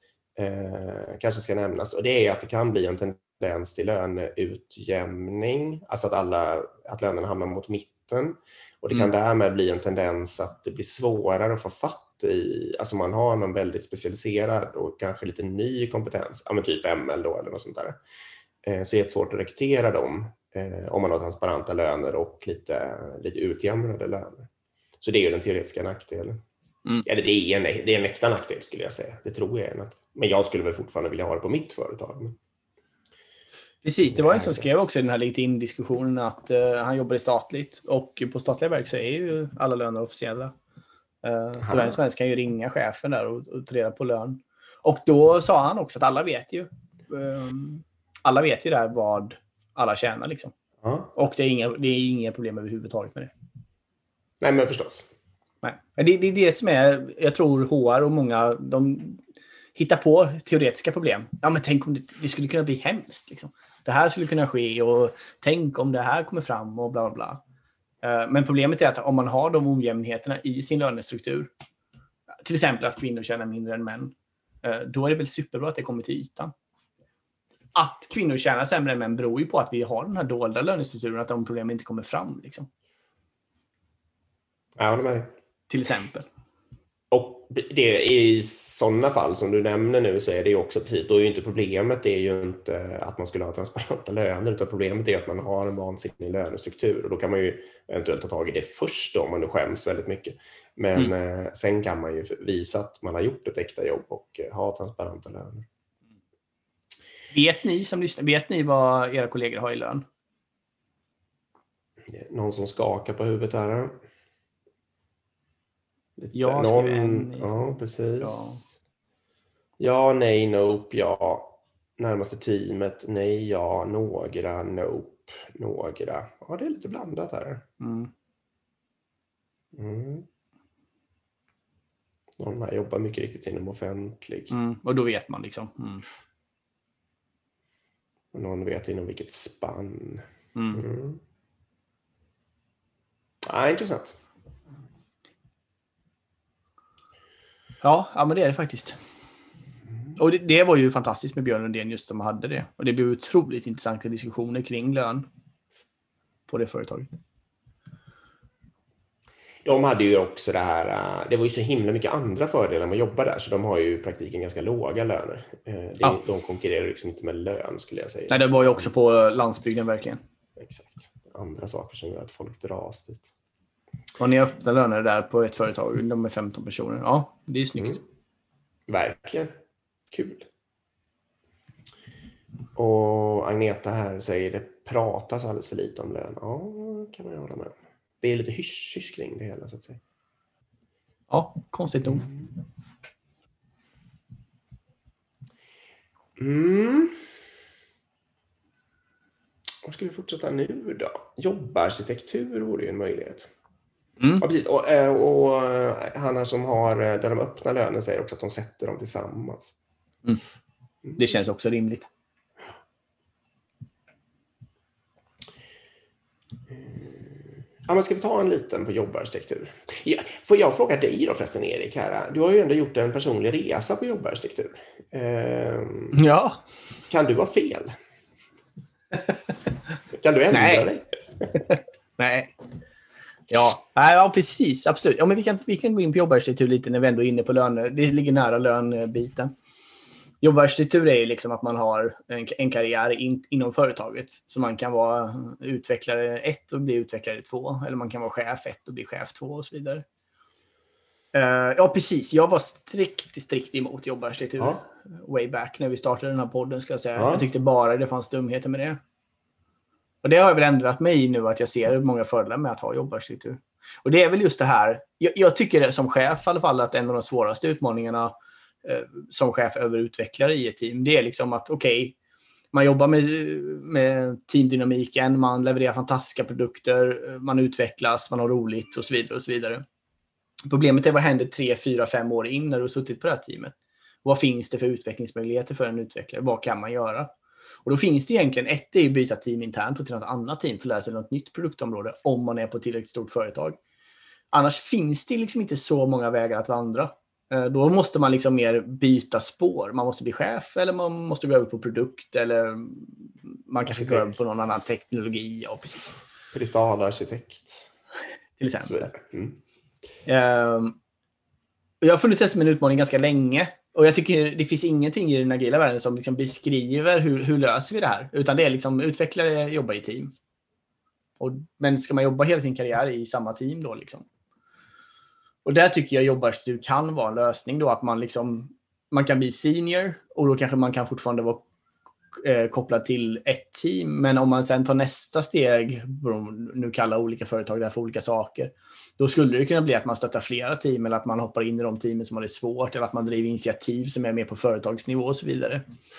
eh, kanske ska nämnas, och det är att det kan bli en tendens till löneutjämning, alltså att, alla, att lönerna hamnar mot mitten, och det kan mm. därmed bli en tendens att det blir svårare att få fatt i, alltså man har någon väldigt specialiserad och kanske lite ny kompetens, ja men typ M L då eller något sånt där. Så är det svårt att rekrytera dem eh, om man har transparenta löner och lite, lite utjämnade löner. Så det är ju den teoretiska nackdelen. Mm. Eller det är en, det är en äkta nackdel skulle jag säga. Det tror jag är en nackdel. Men jag skulle väl fortfarande vilja ha det på mitt företag. Precis, det var en som skrev också i den här LinkedIn-diskussionen att uh, han jobbar i statligt. Och på statliga verk så är ju alla löner officiella. Uh, så vem som helst kan ju ringa chefen där och, och ta reda på lön. Och då sa han också att alla vet ju... Um, Alla vet ju där vad alla tjänar liksom. Ja. Och det är, inga, det är inga problem överhuvudtaget med det. Nej, men förstås. Nej. Det, det är det som är, jag tror H R och många, de hittar på teoretiska problem. Ja, men tänk om det, det skulle kunna bli hemskt liksom. Det här skulle kunna ske och tänk om det här kommer fram och bla bla bla. Men problemet är att om man har de ojämnheterna i sin lönestruktur, till exempel att kvinnor tjänar mindre än män, då är det väl superbra att det kommer till ytan. Att kvinnor tjänar sämre än män beror ju på att vi har den här dolda lönestrukturen, att de problemen inte kommer fram. Liksom. Ja, det är. Till exempel. Och det, i sådana fall som du nämner nu så är det ju också precis, då är ju inte problemet det är ju inte att man skulle ha transparenta löner, utan problemet är att man har en vansinnig lönestruktur, och då kan man ju eventuellt ta tag i det först då, om man nu skäms väldigt mycket. Men mm. eh, sen kan man ju visa att man har gjort ett äkta jobb och eh, ha transparenta löner. Vet ni som lyssnar, vet ni vad era kollegor har i lön? Någon som skakar på huvudet här. Lite, Jag någon, skriver en. ja, precis. Ja. ja, nej, nope, ja. Närmaste teamet, nej, ja. Några, nope, några. Ja, det är lite blandat här. Mm. Mm. Någon här jobbar mycket riktigt inom offentlig. Mm. Och då vet man liksom. Mm. Och någon vet inom vilket spann. Mm. Mm. Ja, intressant. Ja, ja, men det är det faktiskt. Och det, det var ju fantastiskt med Björn Lundén just som hade det. Och det blev otroligt intressanta diskussioner kring lön på det företaget. De hade ju också det här, det var ju så himla mycket andra fördelar med att jobba där, så de har ju i praktiken ganska låga löner. Det, ja. De konkurrerar liksom inte med lön, skulle jag säga. Nej, det var ju också på landsbygden verkligen. Exakt. Andra saker som gör att folk dras dit. Och ni öppnar löner där på ett företag, de är femton personer. Ja, det är snyggt. Mm. Verkligen. Kul. Och Agneta här säger det pratas alldeles för lite om lön. Ja, kan man ju hålla med. Det är lite hysch-hysch kring det hela, så att säga. Ja, konstigt nog. Mm. Var ska vi fortsätta nu då? Jobbarkitektur vore ju en möjlighet. Mm. Ja, precis. Och, och Hanna som har, där de öppnar lönen, säger också att de sätter dem tillsammans. Mm. Det känns också rimligt. Ja, men ska vi ta en liten på jobbarkitektur? Ja, får jag fråga dig då förresten, Erik? Här? Du har ju ändå gjort en personlig resa på jobbarkitektur. Ehm, ja. Kan du ha fel? Kan du ändra Nej. dig? Nej. Ja. ja, precis. Absolut. Ja, men vi kan, vi kan gå in på jobbarkitektur lite när vi ändå är inne på löner. Det ligger nära lönbiten. Jobbarkitektur är ju liksom att man har en, en karriär in, inom företaget. Så man kan vara utvecklare ett och bli utvecklare två. Eller man kan vara chef ett och bli chef två och så vidare. Uh, ja, precis. Jag var strikt, strikt emot jobbarkitektur. Ja. Way back när vi startade den här podden, ska jag säga. Ja. Jag tyckte bara det fanns dumheter med det. Och det har jag väl ändrat mig i nu, att jag ser många fördelar med att ha jobbarkitektur. Och det är väl just det här. Jag, jag tycker det, som chef i alla fall, att en av de svåraste utmaningarna som chef över utvecklare i ett team, det är liksom att okej, okay, man jobbar med, med teamdynamiken, man levererar fantastiska produkter, man utvecklas, man har roligt och så vidare och så vidare. Problemet är vad händer tre, fyra, fem år in när du har suttit på det här teamet? Vad finns det för utvecklingsmöjligheter för en utvecklare? Vad kan man göra? Och då finns det egentligen ett, det är att byta team internt och till något annat team för att lära sig något nytt produktområde om man är på ett tillräckligt stort företag. Annars finns det liksom inte så många vägar att vandra. Då måste man liksom mer byta spår. Man måste bli chef eller man måste gå över på produkt eller man kanske går över på någon annan teknologi. Ja, precis. Kristalarkitekt. Till exempel. Mm. Um, jag har funnit det som en utmaning ganska länge. Och jag tycker det finns ingenting i den agila världen som liksom beskriver hur, hur löser vi det här. Utan det är liksom utvecklare jobbar i team. Och, men ska man jobba hela sin karriär i samma team då liksom? Och där tycker jag jobbarkitektur kan vara en lösning då, att man liksom man kan bli senior och då kanske man kan fortfarande vara eh, kopplad till ett team, men om man sen tar nästa steg, nu kallar olika företag det för olika saker, då skulle det kunna bli att man stöttar flera team eller att man hoppar in i de teamen som har det svårt eller att man driver initiativ som är mer på företagsnivå och så vidare.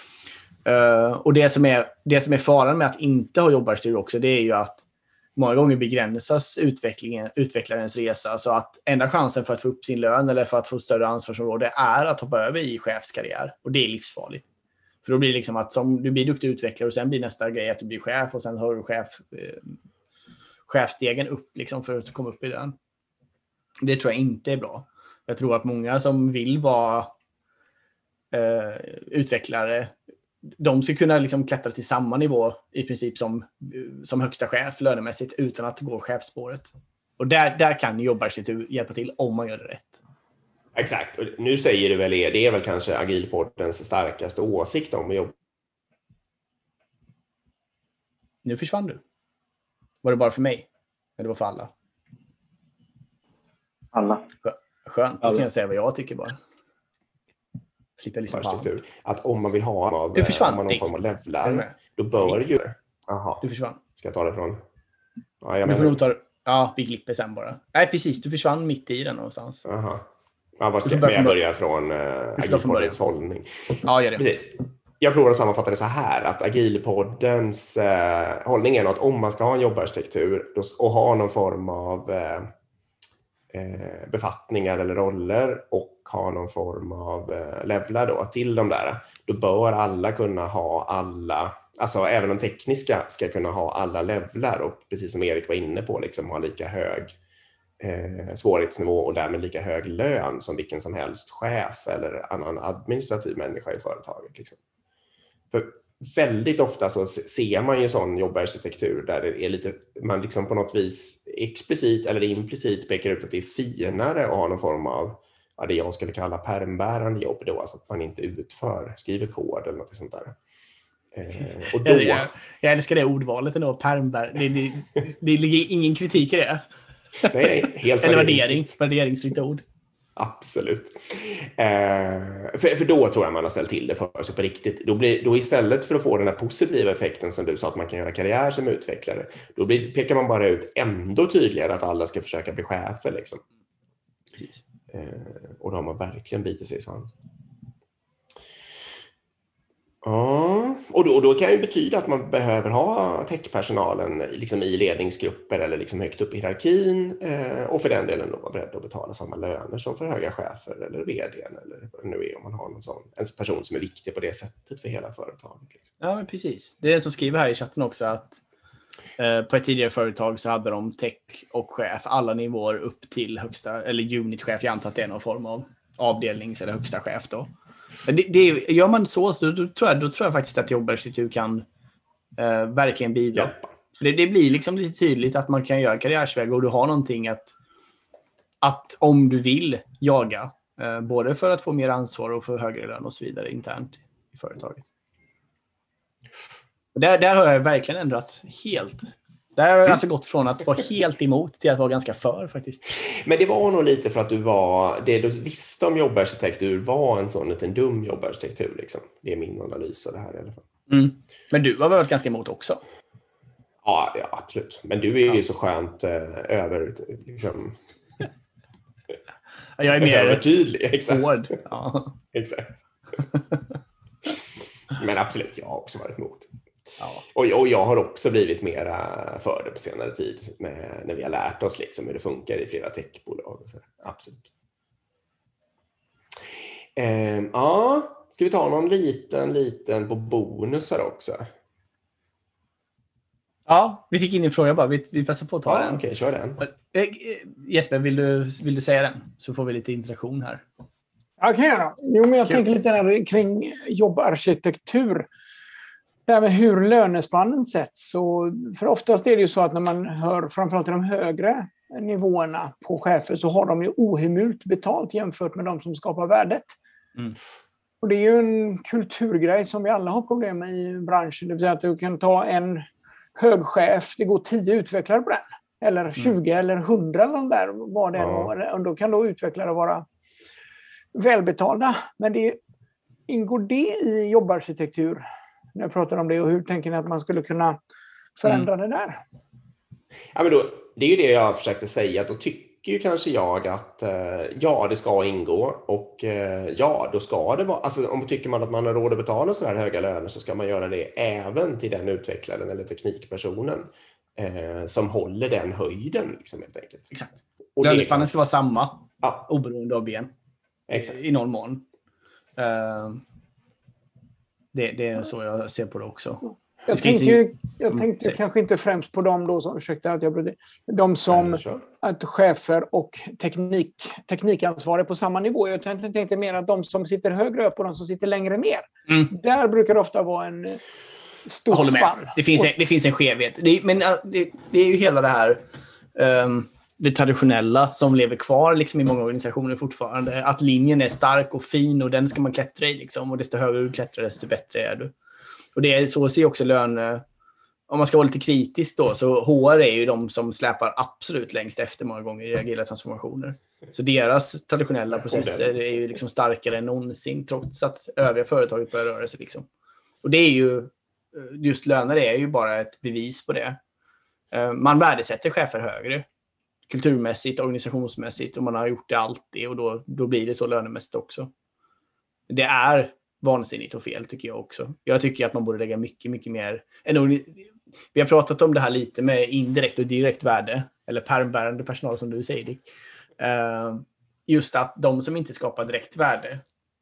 Uh, och det som är det som är faran med att inte ha jobbarkitektur också, det är ju att många gånger begränsas utvecklingen, utvecklarens resa, så att enda chansen för att få upp sin lön eller för att få större ansvarsområde är att hoppa över i chefskarriär. Och det är livsfarligt. För då blir det liksom att som du blir duktig utvecklare och sen blir nästa grej att du blir chef och sen har du chef, eh, chefstegen upp liksom för att komma upp i den. Det tror jag inte är bra. Jag tror att många som vill vara eh, utvecklare, de ska kunna liksom klättra till samma nivå i princip som, som högsta chef lönemässigt utan att gå chefsspåret. Och där, där kan jobbarkitektur hjälpa till om man gör det rätt. Exakt. Och nu säger du väl det, det är väl kanske Agilportens starkaste åsikt om jobb. Nu försvann du. Var det bara för mig? Eller det var för alla? Alla. Skönt, då kan jag säga vad jag tycker bara. Slipper liksom struktur. Att om man vill ha av, du försvann, om man någon form av levlar, då bör ju... Aha. Du försvann. Ska jag ta det från? Ja, jag du menar... får nog ta... Ja, vi klipper sen bara. Nej, precis. Du försvann mitt i den någonstans. Aha. Ja, vad ska jag, jag börja från uh, Agilpoddens hållning? Ja, gör det. Precis. Jag provar att sammanfatta det så här, att Agilpoddens uh, hållning är att om man ska ha en jobbarkitektur och ha någon form av uh, uh, befattningar eller roller och ha någon form av uh, levlar då, till de där, då bör alla kunna ha alla, alltså även de tekniska ska kunna ha alla levlar och precis som Erik var inne på, liksom ha lika hög Eh, svårighetsnivå och därmed lika hög lön som vilken som helst chef eller annan administrativ människa i företaget. Liksom. För väldigt ofta så ser man ju sån jobbarkitektur där det är lite, man liksom på något vis explicit eller implicit pekar ut att det är finare att ha någon form av, ja, det jag skulle kalla permbärande jobb då, alltså att man inte utför, skriver kod eller något sånt där. Eh, och då... jag, jag, jag älskar det ordvalet ändå, permbär. Det, det, det ligger ingen kritik i det. Nej, nej, helt eller värdering, värderingsfritt ord. Absolut. Eh, för, för då tror jag man har ställt till det för sig på riktigt. Då, blir, då istället för att få den här positiva effekten som du sa att man kan göra karriär som utvecklare, då blir, pekar man bara ut ändå tydligare att alla ska försöka bli chefer. Liksom. Eh, och då har man verkligen bitit sig i svansen. Ja, och då, och då kan det betyda att man behöver ha techpersonalen liksom i ledningsgrupper eller liksom högt upp i hierarkin eh, och för den delen då vara beredd att betala samma löner som för höga chefer eller vdn eller vad det nu är om man har någon sån, en person som är viktig på det sättet för hela företaget. Liksom. Ja, men precis. Det är en som skriver här i chatten också att eh, på ett tidigare företag så hade de tech och chef alla nivåer upp till högsta, eller unitchef, jag antar att det är någon form av avdelnings- eller högsta chef då. Det, det, gör man så, så då, tror jag, då tror jag faktiskt att jobbarkitektur kan eh, verkligen bidra. Ja. För det, det blir liksom lite tydligt att man kan göra karriärsväg och du har någonting att, att om du vill jaga, eh, både för att få mer ansvar och få högre lön och så vidare internt i företaget. Och där, där har jag verkligen ändrat helt. Där har jag alltså gått från att vara helt emot till att vara ganska för faktiskt. Men det var nog lite för att du var, det du visste om jobbarkitektur var en sån liten dum jobbarkitektur liksom. Det är min analys av det här i alla fall. Mm. Men du har varit ganska emot också. Ja, ja absolut. Men du är ju ja. så skönt eh, över liksom. Jag är mer övertydlig, exakt. Hård. Ja. Exakt. Men absolut, jag har också varit emot. Ja. Och, och jag har också blivit mera för det på senare tid med, när vi har lärt oss liksom hur det funkar i flera techbolag. Och så. Absolut. Eh, ja, ska vi ta någon liten, liten på bonusar också? Ja, vi fick in en fråga bara. Vi, vi passar på att ta ja, den. Okej, okay, kör den. Jesper, vill du, vill du säga den? Så får vi lite interaktion här. Ja, kan jag då. Jo, men jag Kul. tänker lite där kring jobbarkitektur. Det här med hur lönespannen sätts. Så för oftast är det ju så att när man hör framförallt de högre nivåerna på chefer så har de ju ohemult betalt jämfört med de som skapar värdet. Mm. Och det är ju en kulturgrej som vi alla har problem med i branschen. Det vill säga att du kan ta en hög chef, det går tio utvecklare på den. Eller tjugo mm. eller hundra eller där, vad det ja. är. Och då kan då utvecklare vara välbetalda. Men det ingår det i jobbarkitektur? När jag pratar om det, och hur tänker ni att man skulle kunna förändra mm. det där? Ja, men då, det är ju det jag försökte säga. Då tycker ju kanske jag att eh, ja, det ska ingå. Och eh, ja, då ska det vara... Alltså om tycker man att man har råd att betala så här höga löner så ska man göra det även till den utvecklaren eller teknikpersonen eh, som håller den höjden. Liksom, helt enkelt. Exakt. Lönespannen kan... ska vara samma, ja. oberoende av ben. Exakt. I, i någon mån. Uh... Det, det är så jag ser på det också. Jag tänkte, ju, jag tänkte mm. kanske inte främst på dem då som, ursäkta att jag bröt de som att chefer och teknik, teknikansvariga på samma nivå. Jag tänkte, tänkte mer att de som sitter högre upp och de som sitter längre ner. Mm. Där brukar det ofta vara en stor spann. Det finns, en, det finns en skevhet. Det, men det, det är ju hela det här um, det traditionella som lever kvar liksom i många organisationer fortfarande. Att linjen är stark och fin och den ska man klättra i. Liksom. Och desto högre du klättrar, desto bättre är du. Och det är så ser också lön... Om man ska vara lite kritisk då, så H R är ju de som släpar absolut längst efter många gånger i agila transformationer. Så deras traditionella processer är ju liksom starkare än någonsin, trots att övriga företaget börjar röra sig. Liksom. Och det är ju, just löner är ju bara ett bevis på det. Man värdesätter chefer högre, kulturmässigt, organisationsmässigt, och man har gjort det alltid, och då, då blir det så lönemässigt också. Det är vansinnigt och fel, tycker jag också. Jag tycker att man borde lägga mycket, mycket mer... Vi har pratat om det här lite med indirekt och direkt värde, eller permbärande personal som du säger, Dick. Just att de som inte skapar direkt värde,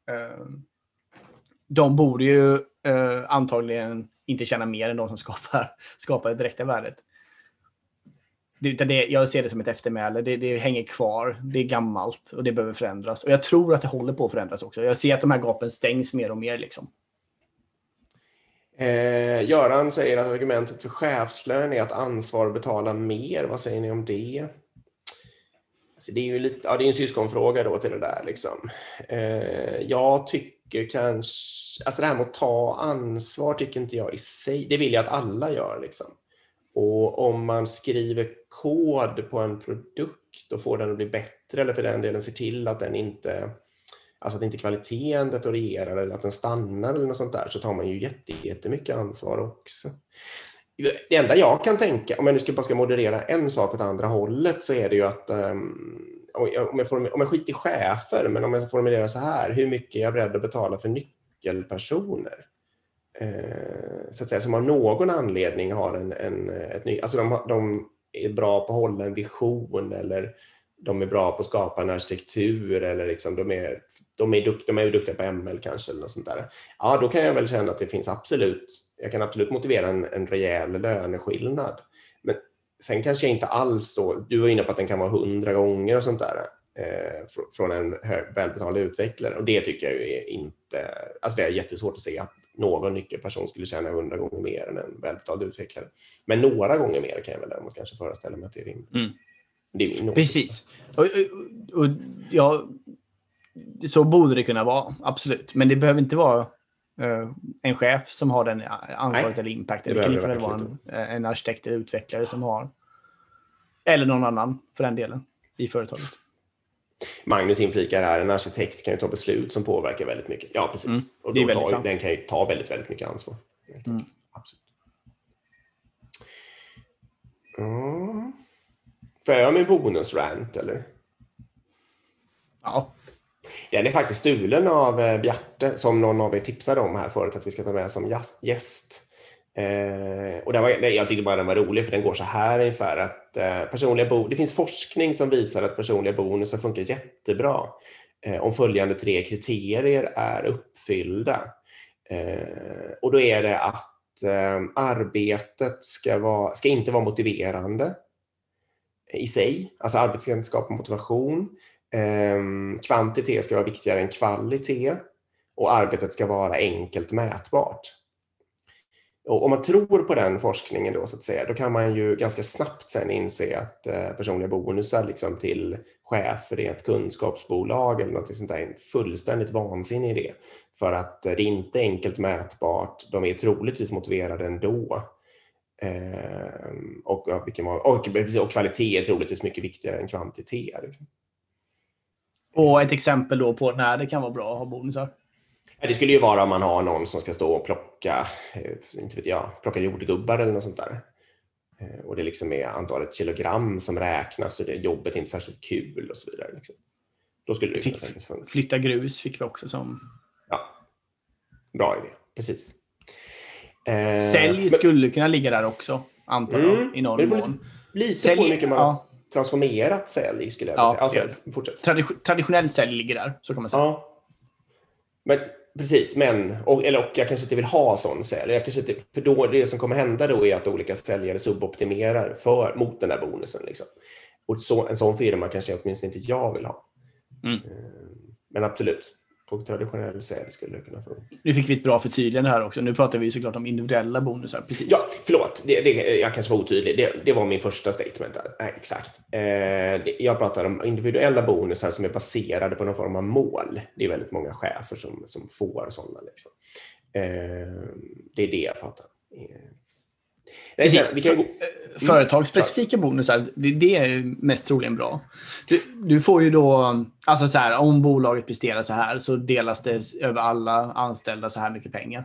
de borde ju antagligen inte tjäna mer än de som skapar, skapar det direkta värdet. Det, det, jag ser det som ett eftermäle. Det, det hänger kvar. Det är gammalt och det behöver förändras. Och jag tror att det håller på att förändras också. Jag ser att de här gapen stängs mer och mer. Liksom. Eh, Göran säger att argumentet för chefslön är att ansvar betalar mer. Vad säger ni om det? Alltså det är ju lite, ja, det är en syskonfråga då till det där. Liksom. Eh, jag tycker kanske... Alltså det här med att ta ansvar tycker inte jag i sig... Det vill jag att alla gör liksom. Och om man skriver kod på en produkt och får den att bli bättre, eller för den delen ser till att den inte, alltså att inte kvaliteten deteriorerar eller att den stannar eller något sånt där, så tar man ju jätte, jättemycket ansvar också. Det enda jag kan tänka, om jag nu ska bara ska moderera en sak åt andra hållet, så är det ju att um, om, jag får, om jag skiter i chefer, men om jag formulerar så här, hur mycket är jag beredd att betala för nyckelpersoner? Eh, så att säga, som av någon anledning har en, en ett ny, alltså de, de är bra på att hålla en vision, eller de är bra på att skapa en arkitektur, eller liksom de är de är duktiga, de är duktiga på M L kanske eller något sånt där. Ja, då kan jag väl känna att det finns absolut, jag kan absolut motivera en, en rejäl löneskillnad. Men sen kanske jag inte alls så, du var inne på att den kan vara hundra gånger och sånt där eh, från en hög, välbetald utvecklare, och det tycker jag ju är inte, alltså det är jättesvårt att se att någon nyckelperson skulle tjäna hundra gånger mer än en välbetald utvecklare. Men några gånger mer kan jag väl däremot kanske föreställa mig att det är rimligt. Mm. Det är precis. Och, och, och, ja, så borde det kunna vara, absolut. Men det behöver inte vara uh, en chef som har den ansvaret eller impact. Det, det kan lika väl vara en, en arkitekt eller utvecklare som har, eller någon annan för den delen i företaget. Magnus inflikar här, en arkitekt kan ju ta beslut som påverkar väldigt mycket. Ja, precis. Mm, och då tar, den kan ju ta väldigt, väldigt mycket ansvar. Mm. Absolut. Mm. Får jag med bonusrant, eller? Ja. Den är faktiskt stulen av Bjarte, som någon av er tipsade om här förut att vi ska ta med som gäst. Eh, och det var, jag tyckte bara den var rolig, för den går så här ungefär att eh, personliga bo- det finns forskning som visar att personliga bonusar funkar jättebra eh, om följande tre kriterier är uppfyllda. Eh, och då är det att eh, arbetet ska, vara, ska inte vara motiverande i sig, alltså arbetet ska inte skapa motivation, eh, kvantitet ska vara viktigare än kvalitet, och arbetet ska vara enkelt mätbart. Och om man tror på den forskningen då, så att säga, då kan man ju ganska snabbt sen inse att eh, personliga bonusar liksom till chefer i ett kunskapsbolag eller något sånt där är en fullständigt vansinnig idé. För att eh, det är inte enkelt mätbart, de är troligtvis motiverade ändå. Eh, och, och, och, och kvalitet är troligtvis mycket viktigare än kvantitet. Liksom. Och ett exempel då på när det kan vara bra att ha bonusar? Det skulle ju vara om man har någon som ska stå och plocka, inte vet jag, plocka jordgubbar eller något sånt där. Och det liksom är antalet kilogram som räknas, och det jobbet är inte särskilt kul och så vidare. Liksom. Då skulle det fick, faktiskt funka. Flytta grus fick vi också som... Ja, bra idé, precis. Sälj men... skulle kunna ligga där också, antar jag, mm, i någon mån. Lite, lite sälj, på hur mycket man ja. transformerat sälj skulle jag vilja ja, säga. Ja, Tradi- traditionell sälj ligger där, så kan man säga. Ja. Men precis, men och, eller, och jag kanske inte vill ha sån sälj. Jag kanske inte, för då, det som kommer hända då är att olika säljare suboptimerar för, mot den där bonusen. Liksom. Och så, en sån firma kanske åtminstone inte jag vill ha. Mm. Men absolut, på traditionell sälj skulle det kunna få. Nu fick vi ett bra förtydligande här också. Nu pratar vi såklart om individuella bonusar. Precis. Ja, förlåt. Det, det, jag kanske var otydlig. Det, det var min första statement. Nej, exakt. Eh, det, jag pratar om individuella bonusar som är baserade på någon form av mål. Det är väldigt många chefer som, som får sådana. Liksom. Eh, det är det jag pratar om. Nej, sen, vi kan gå... Företagsspecifika bonusar, det, det är mest troligen bra. Du, du får ju då, alltså så här, om bolaget presterar så här så delas det över alla anställda så här mycket pengar.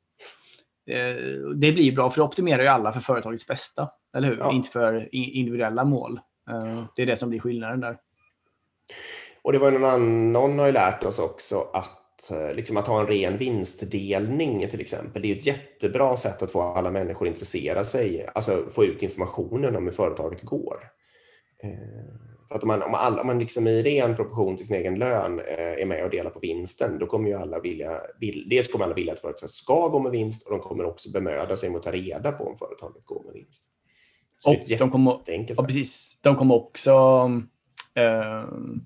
Det blir bra för det optimerar ju alla för företagets bästa, eller hur? Ja. Inte för individuella mål. Det är det som blir skillnaden där. Och det var någon annan, någon har ju lärt oss också att, liksom att ha en ren vinstdelning till exempel. Det är ju ett jättebra sätt att få alla människor intressera sig, alltså få ut informationen om hur företaget går. För att om man, om alla, om man liksom i ren proportion till sin egen lön är med och delar på vinsten, då kommer ju alla vilja, vill, dels kommer alla vilja att företaget ska gå med vinst och de kommer också bemöda sig mot att ta reda på om företaget går med vinst. Så och de kommer, ja, precis, de kommer också uh,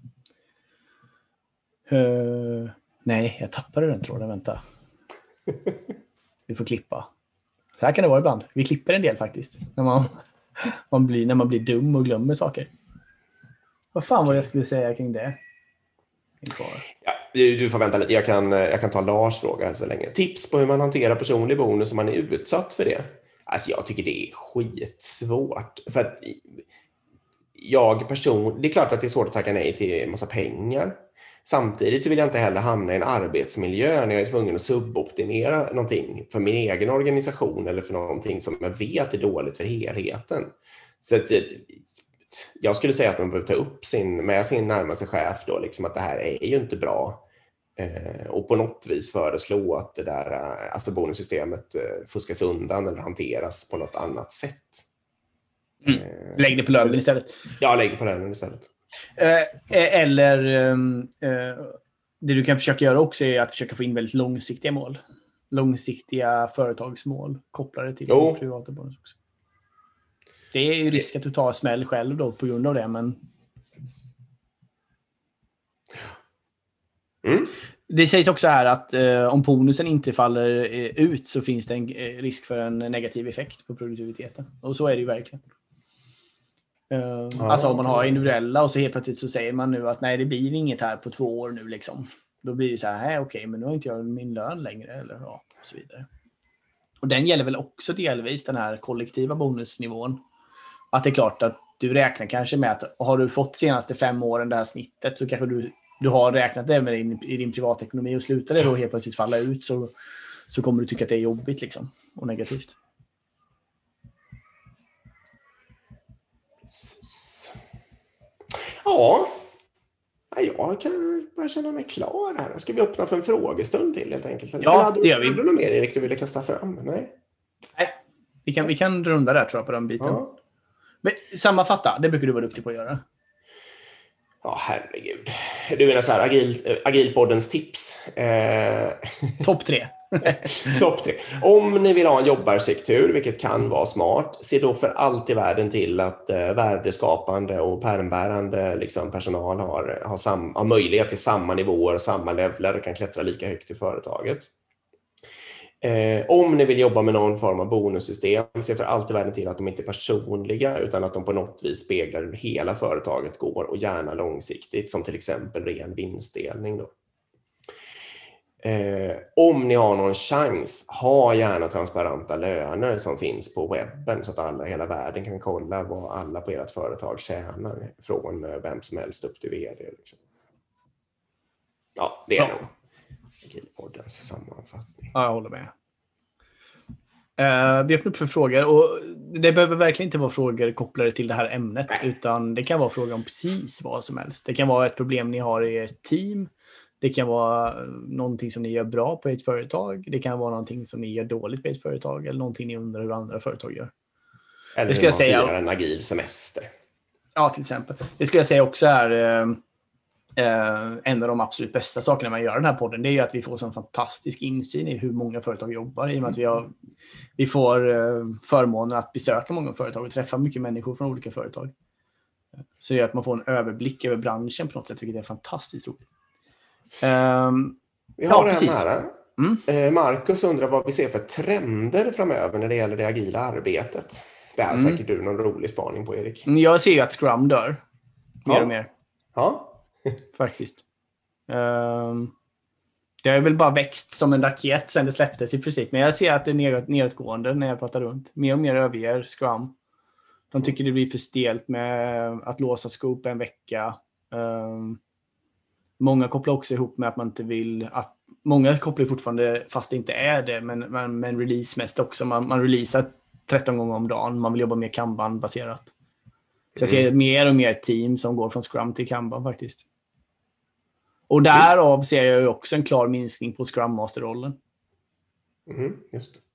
uh, nej, jag tappade den tråden, vänta. Vi får klippa. Så här kan det vara ibland. Vi klipper en del faktiskt. När man, man, blir, när man blir dum och glömmer saker. Vad fan var jag skulle säga kring det? Ja, du får vänta lite. Jag kan, jag kan ta Lars fråga här så länge. Tips på hur man hanterar personlig bonus om man är utsatt för det. Alltså jag tycker det är skitsvårt. För att jag person, det är klart att det är svårt att tacka nej till en massa pengar. Samtidigt så vill jag inte heller hamna i en arbetsmiljö när jag är tvungen att suboptimera någonting för min egen organisation eller för någonting som jag vet är dåligt för helheten. Så att jag skulle säga att man behöver ta upp sin, med sin närmaste chef då, liksom att det här är ju inte bra. Eh, och på något vis föreslå att det där alltså bonussystemet eh, fuskas undan eller hanteras på något annat sätt. Mm. Eh, lägg det på lönen istället. Ja, lägg det på lönen istället. Eh, eller eh, det du kan försöka göra också är att försöka få in väldigt långsiktiga mål. Långsiktiga företagsmål kopplade till jo. privata bonus också. Det är ju risk att du tar smäll själv då på grund av det, men mm. det sägs också här att eh, om bonusen inte faller eh, ut så finns det en eh, risk för en negativ effekt på produktiviteten. Och så är det ju verkligen. Uh, ja, alltså om man har individuella och så helt plötsligt så säger man nu att nej, det blir inget här på två år nu liksom. Då blir det så här, okej, okay, men nu har inte jag min lön längre eller ja, och så vidare. Och den gäller väl också delvis den här kollektiva bonusnivån. Att det är klart att du räknar kanske med att har du fått senaste fem åren det här snittet så kanske du, du har räknat det med din, i din privatekonomi och slutar det då helt plötsligt falla ut så, så kommer du tycka att det är jobbigt liksom och negativt. Ja, jag kan bara känna mig klar här. Ska vi öppna för en frågestund till helt enkelt? Eller ja, hade det gör vi. Hade du något mer, Erik, du ville kasta fram? Nej. Nej, vi kan, vi kan runda där tror jag på den biten. Ja. Men sammanfatta, det brukar du vara duktig på att göra. Ja, herregud. Du menar så här, agil, agilpoddens tips. Eh... Topp tre. Topp tre. Om ni vill ha en jobbarsektur, vilket kan vara smart, se då för allt i världen till att eh, värdeskapande och pärmbärande liksom, personal har, har, sam, har möjlighet till samma nivåer, samma levlar och kan klättra lika högt i företaget. Eh, om ni vill jobba med någon form av bonussystem, se för allt i världen till att de inte är personliga utan att de på något vis speglar hur hela företaget går och gärna långsiktigt, som till exempel ren vinstdelning då. Eh, om ni har någon chans, ha gärna transparenta löner som finns på webben så att alla i hela världen kan kolla vad alla på ert företag tjänar från vem som helst upp till vd. Liksom. Ja, det är nog Agilpoddens sammanfattning. Ja, jag håller med. Uh, vi öppnar upp för frågor och det behöver verkligen inte vara frågor kopplade till det här ämnet. Nej. Utan det kan vara frågor om precis vad som helst. Det kan vara ett problem ni har i ert team. Det kan vara någonting som ni gör bra på ert företag. Det kan vara någonting som ni gör dåligt på ert företag. Eller någonting ni undrar hur andra företag gör. Eller det ska jag säga, en agil semester. Ja, till exempel. Det skulle jag säga också är eh, eh, en av de absolut bästa sakerna man gör den här podden. Det är ju att vi får sån fantastisk insyn i hur många företag jobbar. I och med att vi, har, vi får eh, förmånen att besöka många företag och träffa mycket människor från olika företag. Så det gör att man får en överblick över branschen på något sätt, vilket är fantastiskt roligt. Um, vi har ja, den här. Mm. Eh, Marcus undrar vad vi ser för trender framöver när det gäller det agila arbetet. Det här är Mm. säkert du någon rolig spaning på, Erik. Jag ser ju att Scrum dör. Mer Ja. och mer. Ja. Faktiskt. Um, Det har väl bara växt som en raket sen det släpptes i princip. Men jag ser att det är nedåt, nedåtgående när jag pratar runt. Mer och mer överger Scrum. De tycker det blir för stelt med att låsa scoop en vecka. Um, många kopplar också ihop med att man inte vill... att många kopplar fortfarande, fast det inte är det, men, men, men release mest också. Man, man releasar tretton gånger om dagen. Man vill jobba mer Kanban-baserat. Så jag ser mm. mer och mer team som går från Scrum till Kanban faktiskt. Och därav ser jag ju också en klar minskning på Scrum Master-rollen. Mm, just det.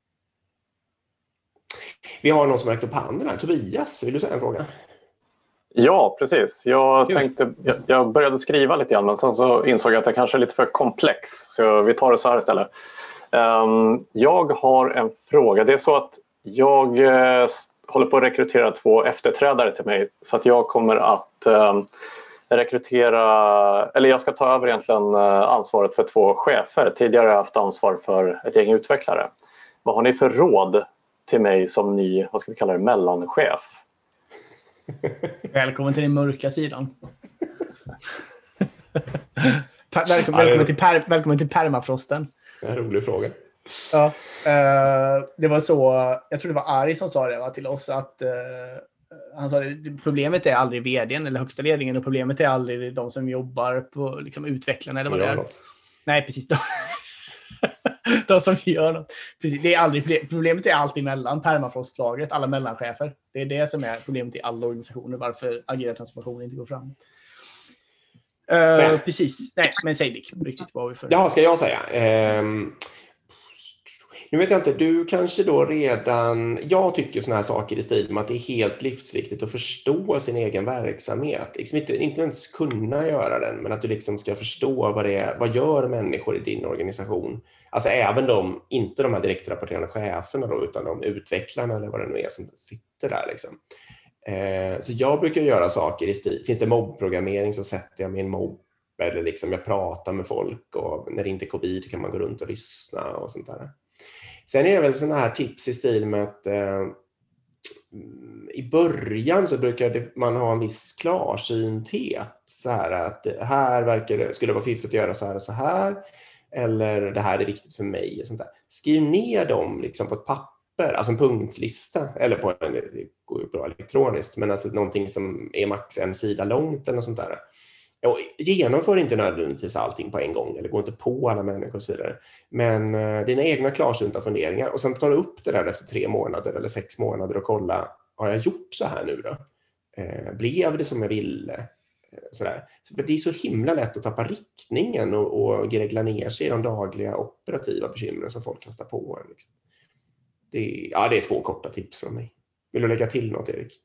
Vi har någon som har räckt upp handen här. Tobias, vill du säga en fråga? Ja, precis. Jag, tänkte, jag, jag började skriva lite grann, men sen så insåg jag att det kanske är lite för komplex. Så vi tar det så här istället. Um, jag har en fråga. Det är så att jag uh, håller på att rekrytera två efterträdare till mig. Så att jag kommer att um, rekrytera, eller jag ska ta över egentligen uh, ansvaret för två chefer. Tidigare har jag haft ansvar för ett gäng utvecklare. Vad har ni för råd till mig som ny, vad ska vi kalla det, mellanchef? Välkommen till den mörka sidan. välkommen, välkommen, till per, välkommen till permafrosten. Det är en rolig fråga. Ja, uh, det var så, jag tror det var Ari som sa det va, till oss att uh, han sa det, problemet är aldrig vdn eller högsta ledningen och problemet är aldrig de som jobbar på liksom, utvecklarna eller vad det är. Något. Nej, precis. De, de som gör något. Precis, det är aldrig, problemet är alltid mellan permafrostlagret, alla mellanchefer. Det är det som är problemet i alla organisationer, varför agera transformation inte går fram. Uh, precis. Nej, men säg Dick, riktigt vad vi för. Ja, ska jag säga. Um... Nu vet jag inte, du kanske då redan... Jag tycker såna här saker i stil med att det är helt livsviktigt att förstå sin egen verksamhet. Liksom inte, inte ens kunna göra den, men att du liksom ska förstå vad det är, vad gör människor i din organisation. Alltså även de, inte de här direktrapporterande cheferna då, utan de utvecklarna eller vad det nu är som sitter där liksom. Eh, så jag brukar göra saker i stil. Finns det mobbprogrammering så sätter jag mig i en mobb. Eller liksom jag pratar med folk och när det inte är covid kan man gå runt och lyssna och sånt där. Sen är det väl sådana här tips i stil med att eh, i början så brukar det, man ha en viss klarsynthet. Så här att här verkar det, skulle det vara fiffigt att göra så här och så här. Eller det här är viktigt för mig. Och sånt där. Skriv ner dem liksom på ett papper, alltså en punktlista. Eller på en, det går ju bra elektroniskt, men alltså någonting som är max en sida långt eller något sånt där. Och genomför inte nödvändigtvis allting på en gång eller gå inte på alla människor och så vidare. Men uh, dina egna klarsynta funderingar och sen tar du upp det där efter tre månader eller sex månader och kolla, har jag gjort så här nu då? Uh, blev det som jag ville? Uh, sådär. Så det är så himla lätt att tappa riktningen och, och gregla ner sig i de dagliga operativa bekymren som folk kastar på en. Liksom. Det, är, ja, det är två korta tips från mig. Vill du lägga till något, Erik?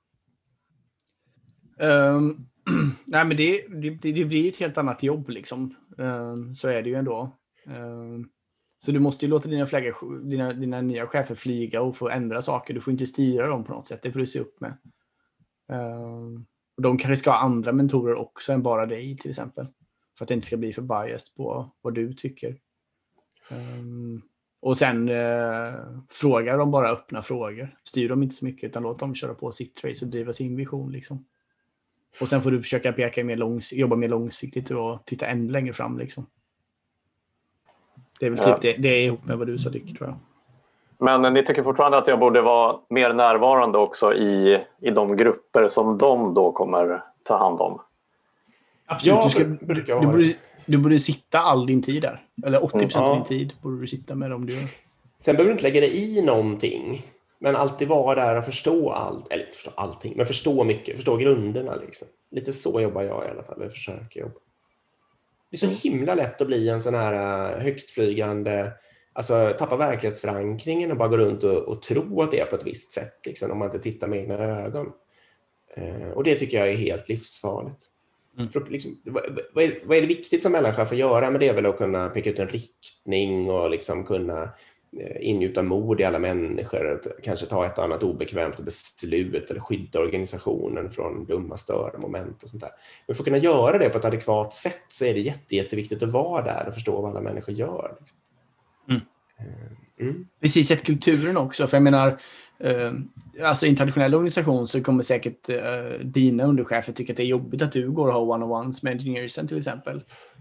Um... Nej, men det, det, det blir ett helt annat jobb liksom. Um, så är det ju ändå. Um, så du måste ju låta dina, flaggar, dina, dina nya chefer flyga och få ändra saker. Du får inte styra dem på något sätt. Det får du se upp med. Um, och de kanske ska ha andra mentorer också än bara dig till exempel. För att det inte ska bli för biased på vad du tycker. Um, och sen uh, frågar de bara öppna frågor. Styr dem inte så mycket utan låt dem köra på sitt race och driva sin vision liksom. Och sen får du försöka peka mer långs- jobba mer långsiktigt och titta ännu längre fram liksom. Det är väl ja. typ det, det är ihop med vad du sa, Dick, tror jag. Men ni tycker fortfarande att jag borde vara mer närvarande också i, i de grupper som de då kommer ta hand om? Absolut, ja, du, ska, du, du, borde, du borde sitta all din tid där. Eller åttio procent mm, av ja. din tid borde du sitta med dem du gör. Sen behöver du inte lägga dig i någonting. Men alltid vara där och förstå allt. Eller inte förstå allting, men förstå mycket. Förstå grunderna liksom. Lite så jobbar jag i alla fall. Eller försöker jobba. Det är så himla lätt att bli en sån här högtflygande... Alltså tappa verklighetsförankringen och bara gå runt och, och tro att det är på ett visst sätt. Liksom, om man inte tittar med egna ögon. Eh, och det tycker jag är helt livsfarligt. Mm. För, liksom, vad, vad, är, vad är det viktigt som mellanchef att göra? Men det är väl att kunna peka ut en riktning och liksom kunna... ingjuta mod i alla människor, kanske ta ett annat obekvämt beslut eller skydda organisationen från dumma störmoment och sånt där. Men för att kunna göra det på ett adekvat sätt så är det jätte, jätteviktigt att vara där och förstå vad alla människor gör. Liksom. Mm. Mm. Precis, ett kulturen också. För jag menar, eh, alltså i en traditionell organisation så kommer säkert eh, dina underchefer tycka att det är jobbigt att du går och har one-on-ones med engineersen till exempel.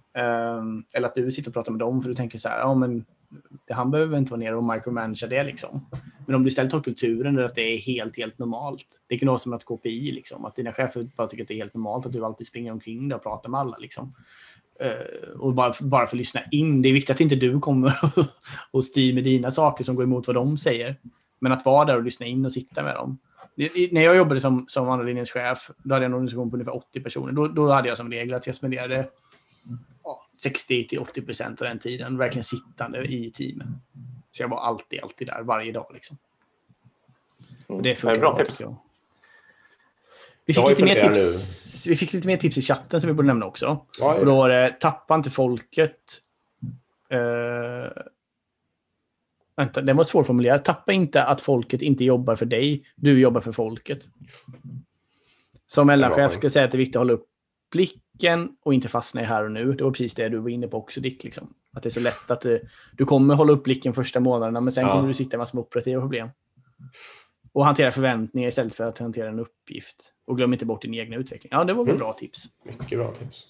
Um, eller att du sitter och pratar med dem för du tänker så här, ja men det, han behöver inte vara nere och micromanagea det liksom. Men om du istället har kulturen där att det är helt, helt normalt. Det kan vara som att K P I liksom, att dina chefer bara tycker att det är helt normalt att du alltid springer omkring där och pratar med alla liksom. Uh, och bara, bara för att lyssna in. Det är viktigt att inte du kommer och styr med dina saker som går emot vad de säger. Men att vara där och lyssna in och sitta med dem. Det, när jag jobbade som, som andra linjens chef, då hade jag en organisation på ungefär åttio personer. Då, då hade jag som regel att jag spenderade ja, sextio till åttio procent av den tiden verkligen sittande i teamen. Så jag var alltid, alltid där varje dag liksom. Och det funkar bra, tips. Jag. Vi fick, lite mer tips, vi fick lite mer tips i chatten som vi borde nämna också. Ja, och då var det, tappa inte folket. Uh, vänta, det var svårformulerat. Tappa inte att folket inte jobbar för dig. Du jobbar för folket. Som mellanchef ska jag säga att det är viktigt att hålla upp blicken och inte fastna i här och nu. Det var precis det du var inne på också, Dick. Liksom. Att det är så lätt att det, du kommer hålla upp blicken första månaderna, men sen ja. kommer du sitta med massor med operativa problem. Och hantera förväntningar istället för att hantera en uppgift. Och glöm inte bort din egna utveckling. Ja, det var väl mm. bra tips. Mycket bra tips.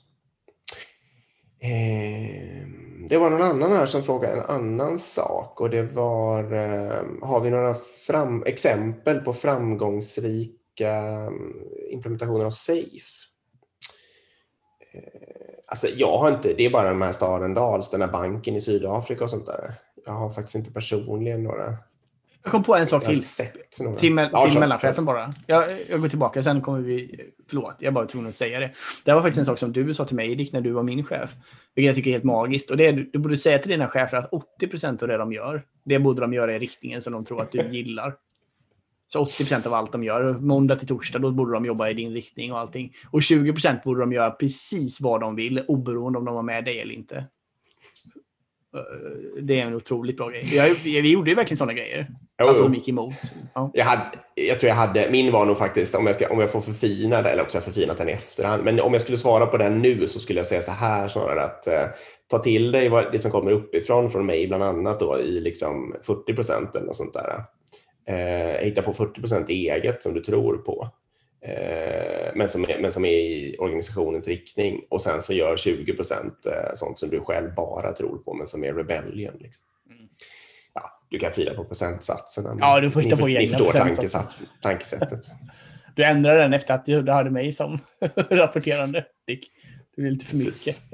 Eh, det var någon annan här som frågade en annan sak. Och det var, eh, har vi några fram, exempel på framgångsrika implementationer av SAFe? Eh, alltså jag har inte, det är bara de här staden Dals, den här banken i Sydafrika och sånt där. Jag har faktiskt inte personligen några. Jag kom på en sak till. Till, me- ja, till mellanchefen bara. Jag, jag går tillbaka, sen kommer vi... Förlåt, jag bara tvungen att säga det. Det var faktiskt en sak som du sa till mig, Dick, när du var min chef. Vilket jag tycker är helt magiskt. Och det är, du borde säga till dina chefer att åttio procent av det de gör, det borde de göra i riktningen som de tror att du gillar. Så åttio procent av allt de gör, måndag till torsdag, då borde de jobba i din riktning och allting. Och tjugo procent borde de göra precis vad de vill, oberoende om de var med dig eller inte. Det är en otroligt bra grej. Jag, vi gjorde ju verkligen sådana grejer. Jo, alltså de gick emot. Ja. Jag, hade, jag tror jag hade, min var nog faktiskt, om jag, ska, om jag får förfina det, eller också jag förfinat den i efterhand, men om jag skulle svara på den nu så skulle jag säga så här snarare att eh, ta till dig vad, det som kommer uppifrån från mig bland annat då i liksom fyrtio procent eller något sånt där. Eh, hitta på fyrtio procent eget som du tror på. Eh, men, som är, men som är i organisationens riktning, och sen så gör tjugo procent eh, sånt som du själv bara tror på men som är rebellion liksom. Mm. Ja, du kan fila på procentsatserna. Ja, du får hitta på egna. Ni förstår tankesat, tankesättet. Du ändrar den efter att du hade mig som rapporterande, Dick. Du är lite för mycket.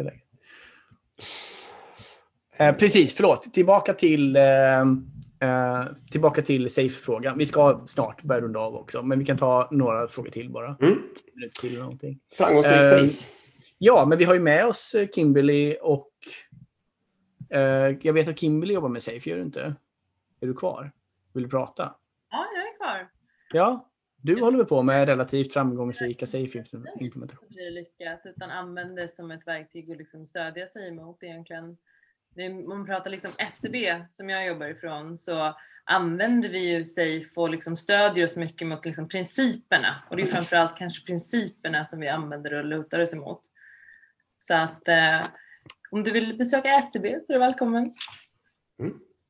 Eh, precis, förlåt. Tillbaka till eh, eh, tillbaka till SAFe-frågan. Vi ska snart börja runda av också, men vi kan ta några frågor till bara. Mm. Till någonting. Framgångsrik eh, SAFe. Ja, men vi har ju med oss Kimberly och eh, jag vet att Kimberly jobbar med SAFe, gör du inte? Är du kvar? Vill du prata? Ja, jag är kvar. Ja, du Just håller på med relativt framgångsrika SAFe-implementationer. Det blir lyckat, utan använder det som ett verktyg att liksom stödja sig mot egentligen. Om man pratar liksom S C B som jag jobbar ifrån, så använder vi ju SAFe och liksom stödjer oss mycket mot liksom principerna. Och det är framförallt kanske principerna som vi använder och lutar oss emot. Så att eh, om du vill besöka S C B så är du välkommen. Mm.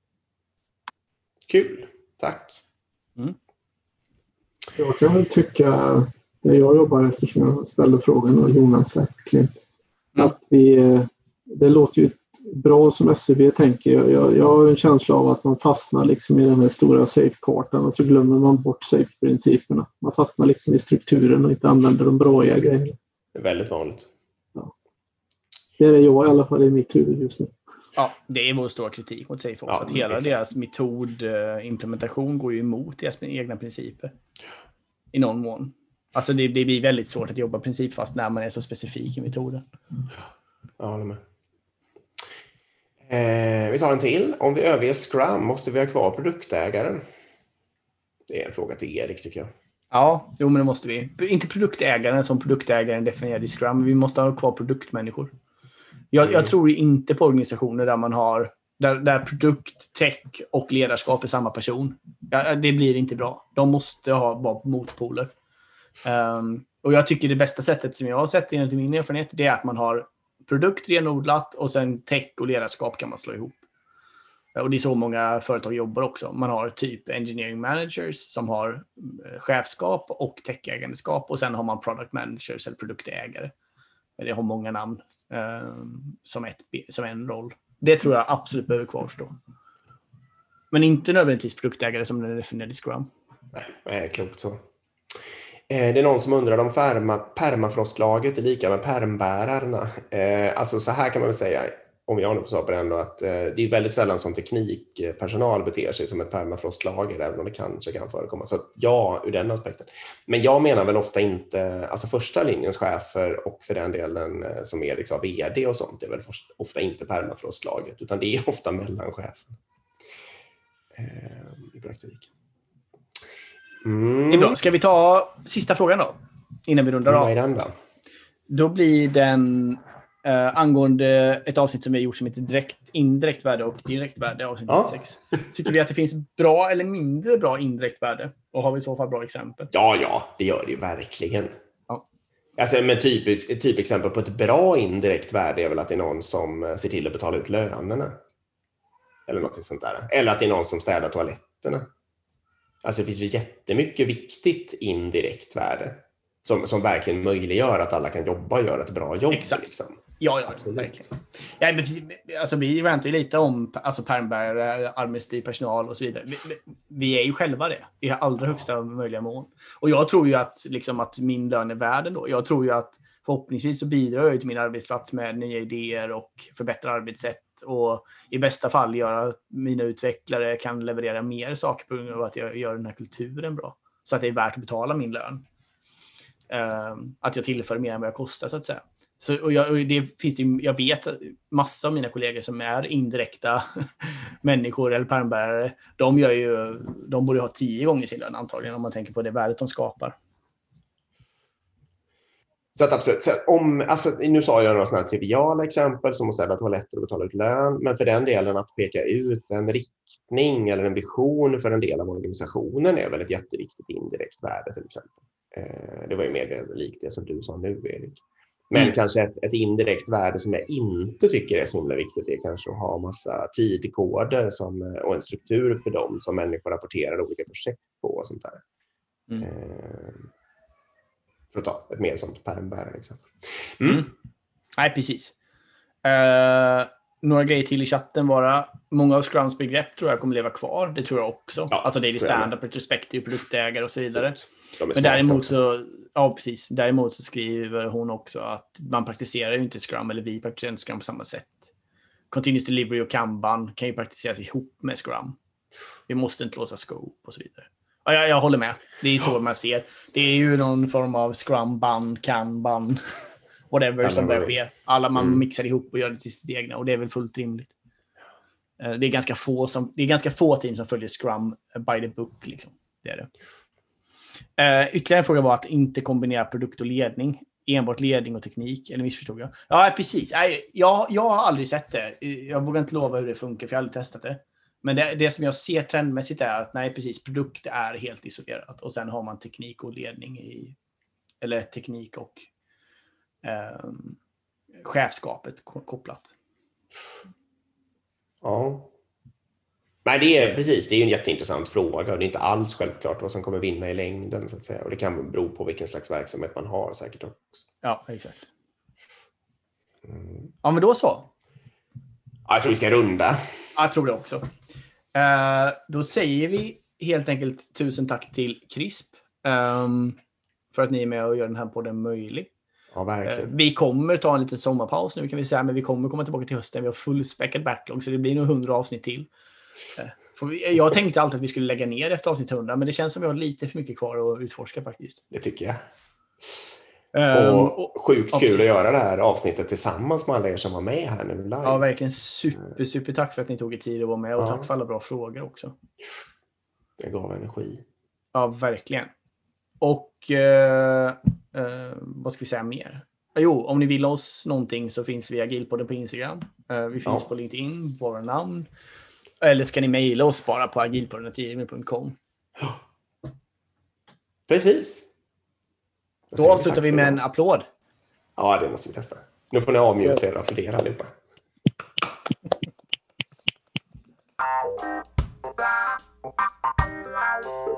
Kul, tack. Mm. Jag kan väl tycka, där jag jobbar eftersom jag ställde frågan och Jonas verkligen, mm. att vi, det låter ju bra som S C B tänker jag. jag. Jag har en känsla av att man fastnar liksom i den här stora SAFe-kartan och så glömmer man bort SAFe-principerna. Man fastnar liksom i strukturen och inte använder de bra grejerna. Det är väldigt vanligt. Ja. Det är jag i alla fall i mitt huvud just nu. Ja, det är vår stora kritik mot SAFe också. Ja, att hela exakt. Deras metodimplementation går ju emot deras egna principer. I någon mån. Alltså det, det blir väldigt svårt att jobba principfast när man är så specifik i metoden. Ja, håller med. Eh, vi tar en till. Om vi överger Scrum, måste vi ha kvar produktägaren? Det är en fråga till Erik tycker jag. Ja, jo men det måste vi. Inte produktägaren som produktägaren definierad i Scrum. Vi måste ha kvar produktmänniskor. Jag, mm. jag tror inte på organisationer där man har där, där produkt, tech och ledarskap är samma person. Ja, det blir inte bra. De måste ha vara motpoler. Um, och jag tycker det bästa sättet som jag har sett enligt min erfarenhet, det är att man har produkt renodlat och sen tech och ledarskap kan man slå ihop. Och det är så många företag jobbar också. Man har typ engineering managers som har chefskap och tech-ägandeskap och sen har man product managers eller produktägare. det har många namn eh, som, ett, som en roll. Det tror jag absolut behöver kvarstå. Men inte nödvändigtvis produktägare som den är definierad i Scrum. Nej, det är klokt så. Eh, det är någon som undrar om perma, permafrostlagret är lika med permbärarna. Eh, alltså så här kan man väl säga, om jag nu får svara på det ändå, att eh, det är väldigt sällan som teknikpersonal beter sig som ett permafrostlager, även om det kanske kan förekomma. Så att, ja, ur den aspekten. Men jag menar väl ofta inte, alltså första linjens chefer och för den delen eh, som Erik sa, vd och sånt, är väl först, ofta inte permafrostlagret, utan det är ofta mellanchefen eh, i praktiken. Mm. Det är bra. Ska vi ta sista frågan då? Innan vi rundar av. Vad är den då? Då blir den eh, angående ett avsnitt som vi har gjort som heter direkt, indirekt värde och direkt värde, avsnitt Ja. sex. Tycker vi att det finns bra eller mindre bra indirekt värde? Och har vi i så fall bra exempel? Ja, ja, det gör det ju verkligen. Ja. Alltså, men typ, ett typexempel på ett bra indirekt värde är väl att det är någon som ser till att betala ut lönerna. Eller något sånt där. Eller att det är någon som städar toaletterna. Alltså det finns ju jättemycket viktigt indirekt värde som, som verkligen möjliggör att alla kan jobba och göra ett bra jobb. Exakt. Liksom. Ja, ja, verkligen. Ja, men, alltså, vi väntar ju lite om alltså, permbärare, administrativ personal och så vidare. Vi, vi är ju själva det i allra högsta möjliga mån. Och jag tror ju att, liksom, att min lön är värd ändå. Jag tror ju att förhoppningsvis så bidrar jag till min arbetsplats med nya idéer och förbättra arbetssätt. Och i bästa fall göra att mina utvecklare kan leverera mer saker på grund av att jag gör den här kulturen bra. Så att det är värt att betala min lön. Um, att jag tillför mer än vad jag kostar så att säga. Så, och jag, och det finns ju, jag vet massa av mina kollegor som är indirekta människor eller permbärare. De, gör ju, de borde ha tio gånger sin lön antagligen om man tänker på det värdet de skapar. Så att absolut. Så om, alltså, nu sa jag några sådana här triviala exempel som att städa toaletter och betala ut lön. Men för den delen att peka ut en riktning eller en vision för en del av organisationen är väl ett jätteviktigt indirekt värde till exempel. Eh, det var ju mer likt det som du sa nu, Erik. Men mm. kanske ett, ett indirekt värde som jag inte tycker är så himla viktigt är kanske att ha massa tidkoder som, och en struktur för dem som människor rapporterar olika projekt på och sånt där. Mm. Eh, för att ta ett mer sånt permbärare exempel. Mm. Mm. Nej, precis. Uh, några grejer till i chatten bara. Många av Scrums begrepp tror jag kommer leva kvar. Det tror jag också. Ja, alltså det är det stand-up, retrospektiv, produktägare och så vidare. De Men däremot så, ja precis. Däremot så skriver hon också att man praktiserar ju inte Scrum, eller vi praktiserar inte Scrum på samma sätt. Continuous delivery och Kanban kan ju praktiseras ihop med Scrum. Vi måste inte låsa scope och så vidare. Ja, jag, jag håller med. Det är så ja. man ser. Det är ju någon form av Scrum-ban, Kanban, whatever Alla som börjar ske. Alla man mm. mixar ihop och gör det till sitt egna. Och det är väl fullt rimligt. Det är ganska få, som, det är ganska få team som följer Scrum by the book. Liksom. Det är det. Uh, ytterligare en fråga var att inte kombinera produkt och ledning. Enbart ledning och teknik. Eller missförstod jag? Ja, precis. Jag, jag har aldrig sett det. Jag vågar inte lova hur det funkar, för jag har aldrig testat det. Men det, det som jag ser trendmässigt är att nej, precis, produkt är helt isolerat. Och sen har man teknik och ledning i, eller teknik och eh, chefskapet kopplat. Ja. Nej, det är precis, det är ju en jätteintressant fråga och det är inte alls självklart vad som kommer vinna i längden så att säga. Och det kan bero på vilken slags verksamhet man har säkert också. Ja, exakt. Mm. Ja, men då så. Ja, jag tror vi ska runda. Ja, jag tror det också. Uh, då säger vi helt enkelt tusen tack till Crisp um, för att ni är med och gör den här podden möjlig. Ja, verkligen. Uh, vi kommer ta en liten sommarpaus nu kan vi säga, men vi kommer komma tillbaka till hösten. Vi har fullspäckad backlog så det blir nog hundra avsnitt till. Uh, vi, jag tänkte alltid att vi skulle lägga ner efter avsnitt hundra, men det känns som vi har lite för mycket kvar att utforska faktiskt. Det tycker jag. Och, och sjukt kul absolut. Att göra det här avsnittet tillsammans med alla er som var med här nu live. Ja, verkligen super, super tack för att ni tog er tid att vara med och ja. tack för alla bra frågor också. Det gav energi. Ja, verkligen. Och eh, eh, vad ska vi säga mer? Jo, om ni vill oss någonting så finns vi Agilpodden på Instagram. Eh, vi finns ja. på LinkedIn, våra namn. Eller ska ni mejla oss bara på agilpodden snabel-a gmail punkt com. Ja. Precis. Då avslutar vi med en applåd. Ja, det måste vi testa. Nu får ni avmjuta yes. er och applådera allihopa.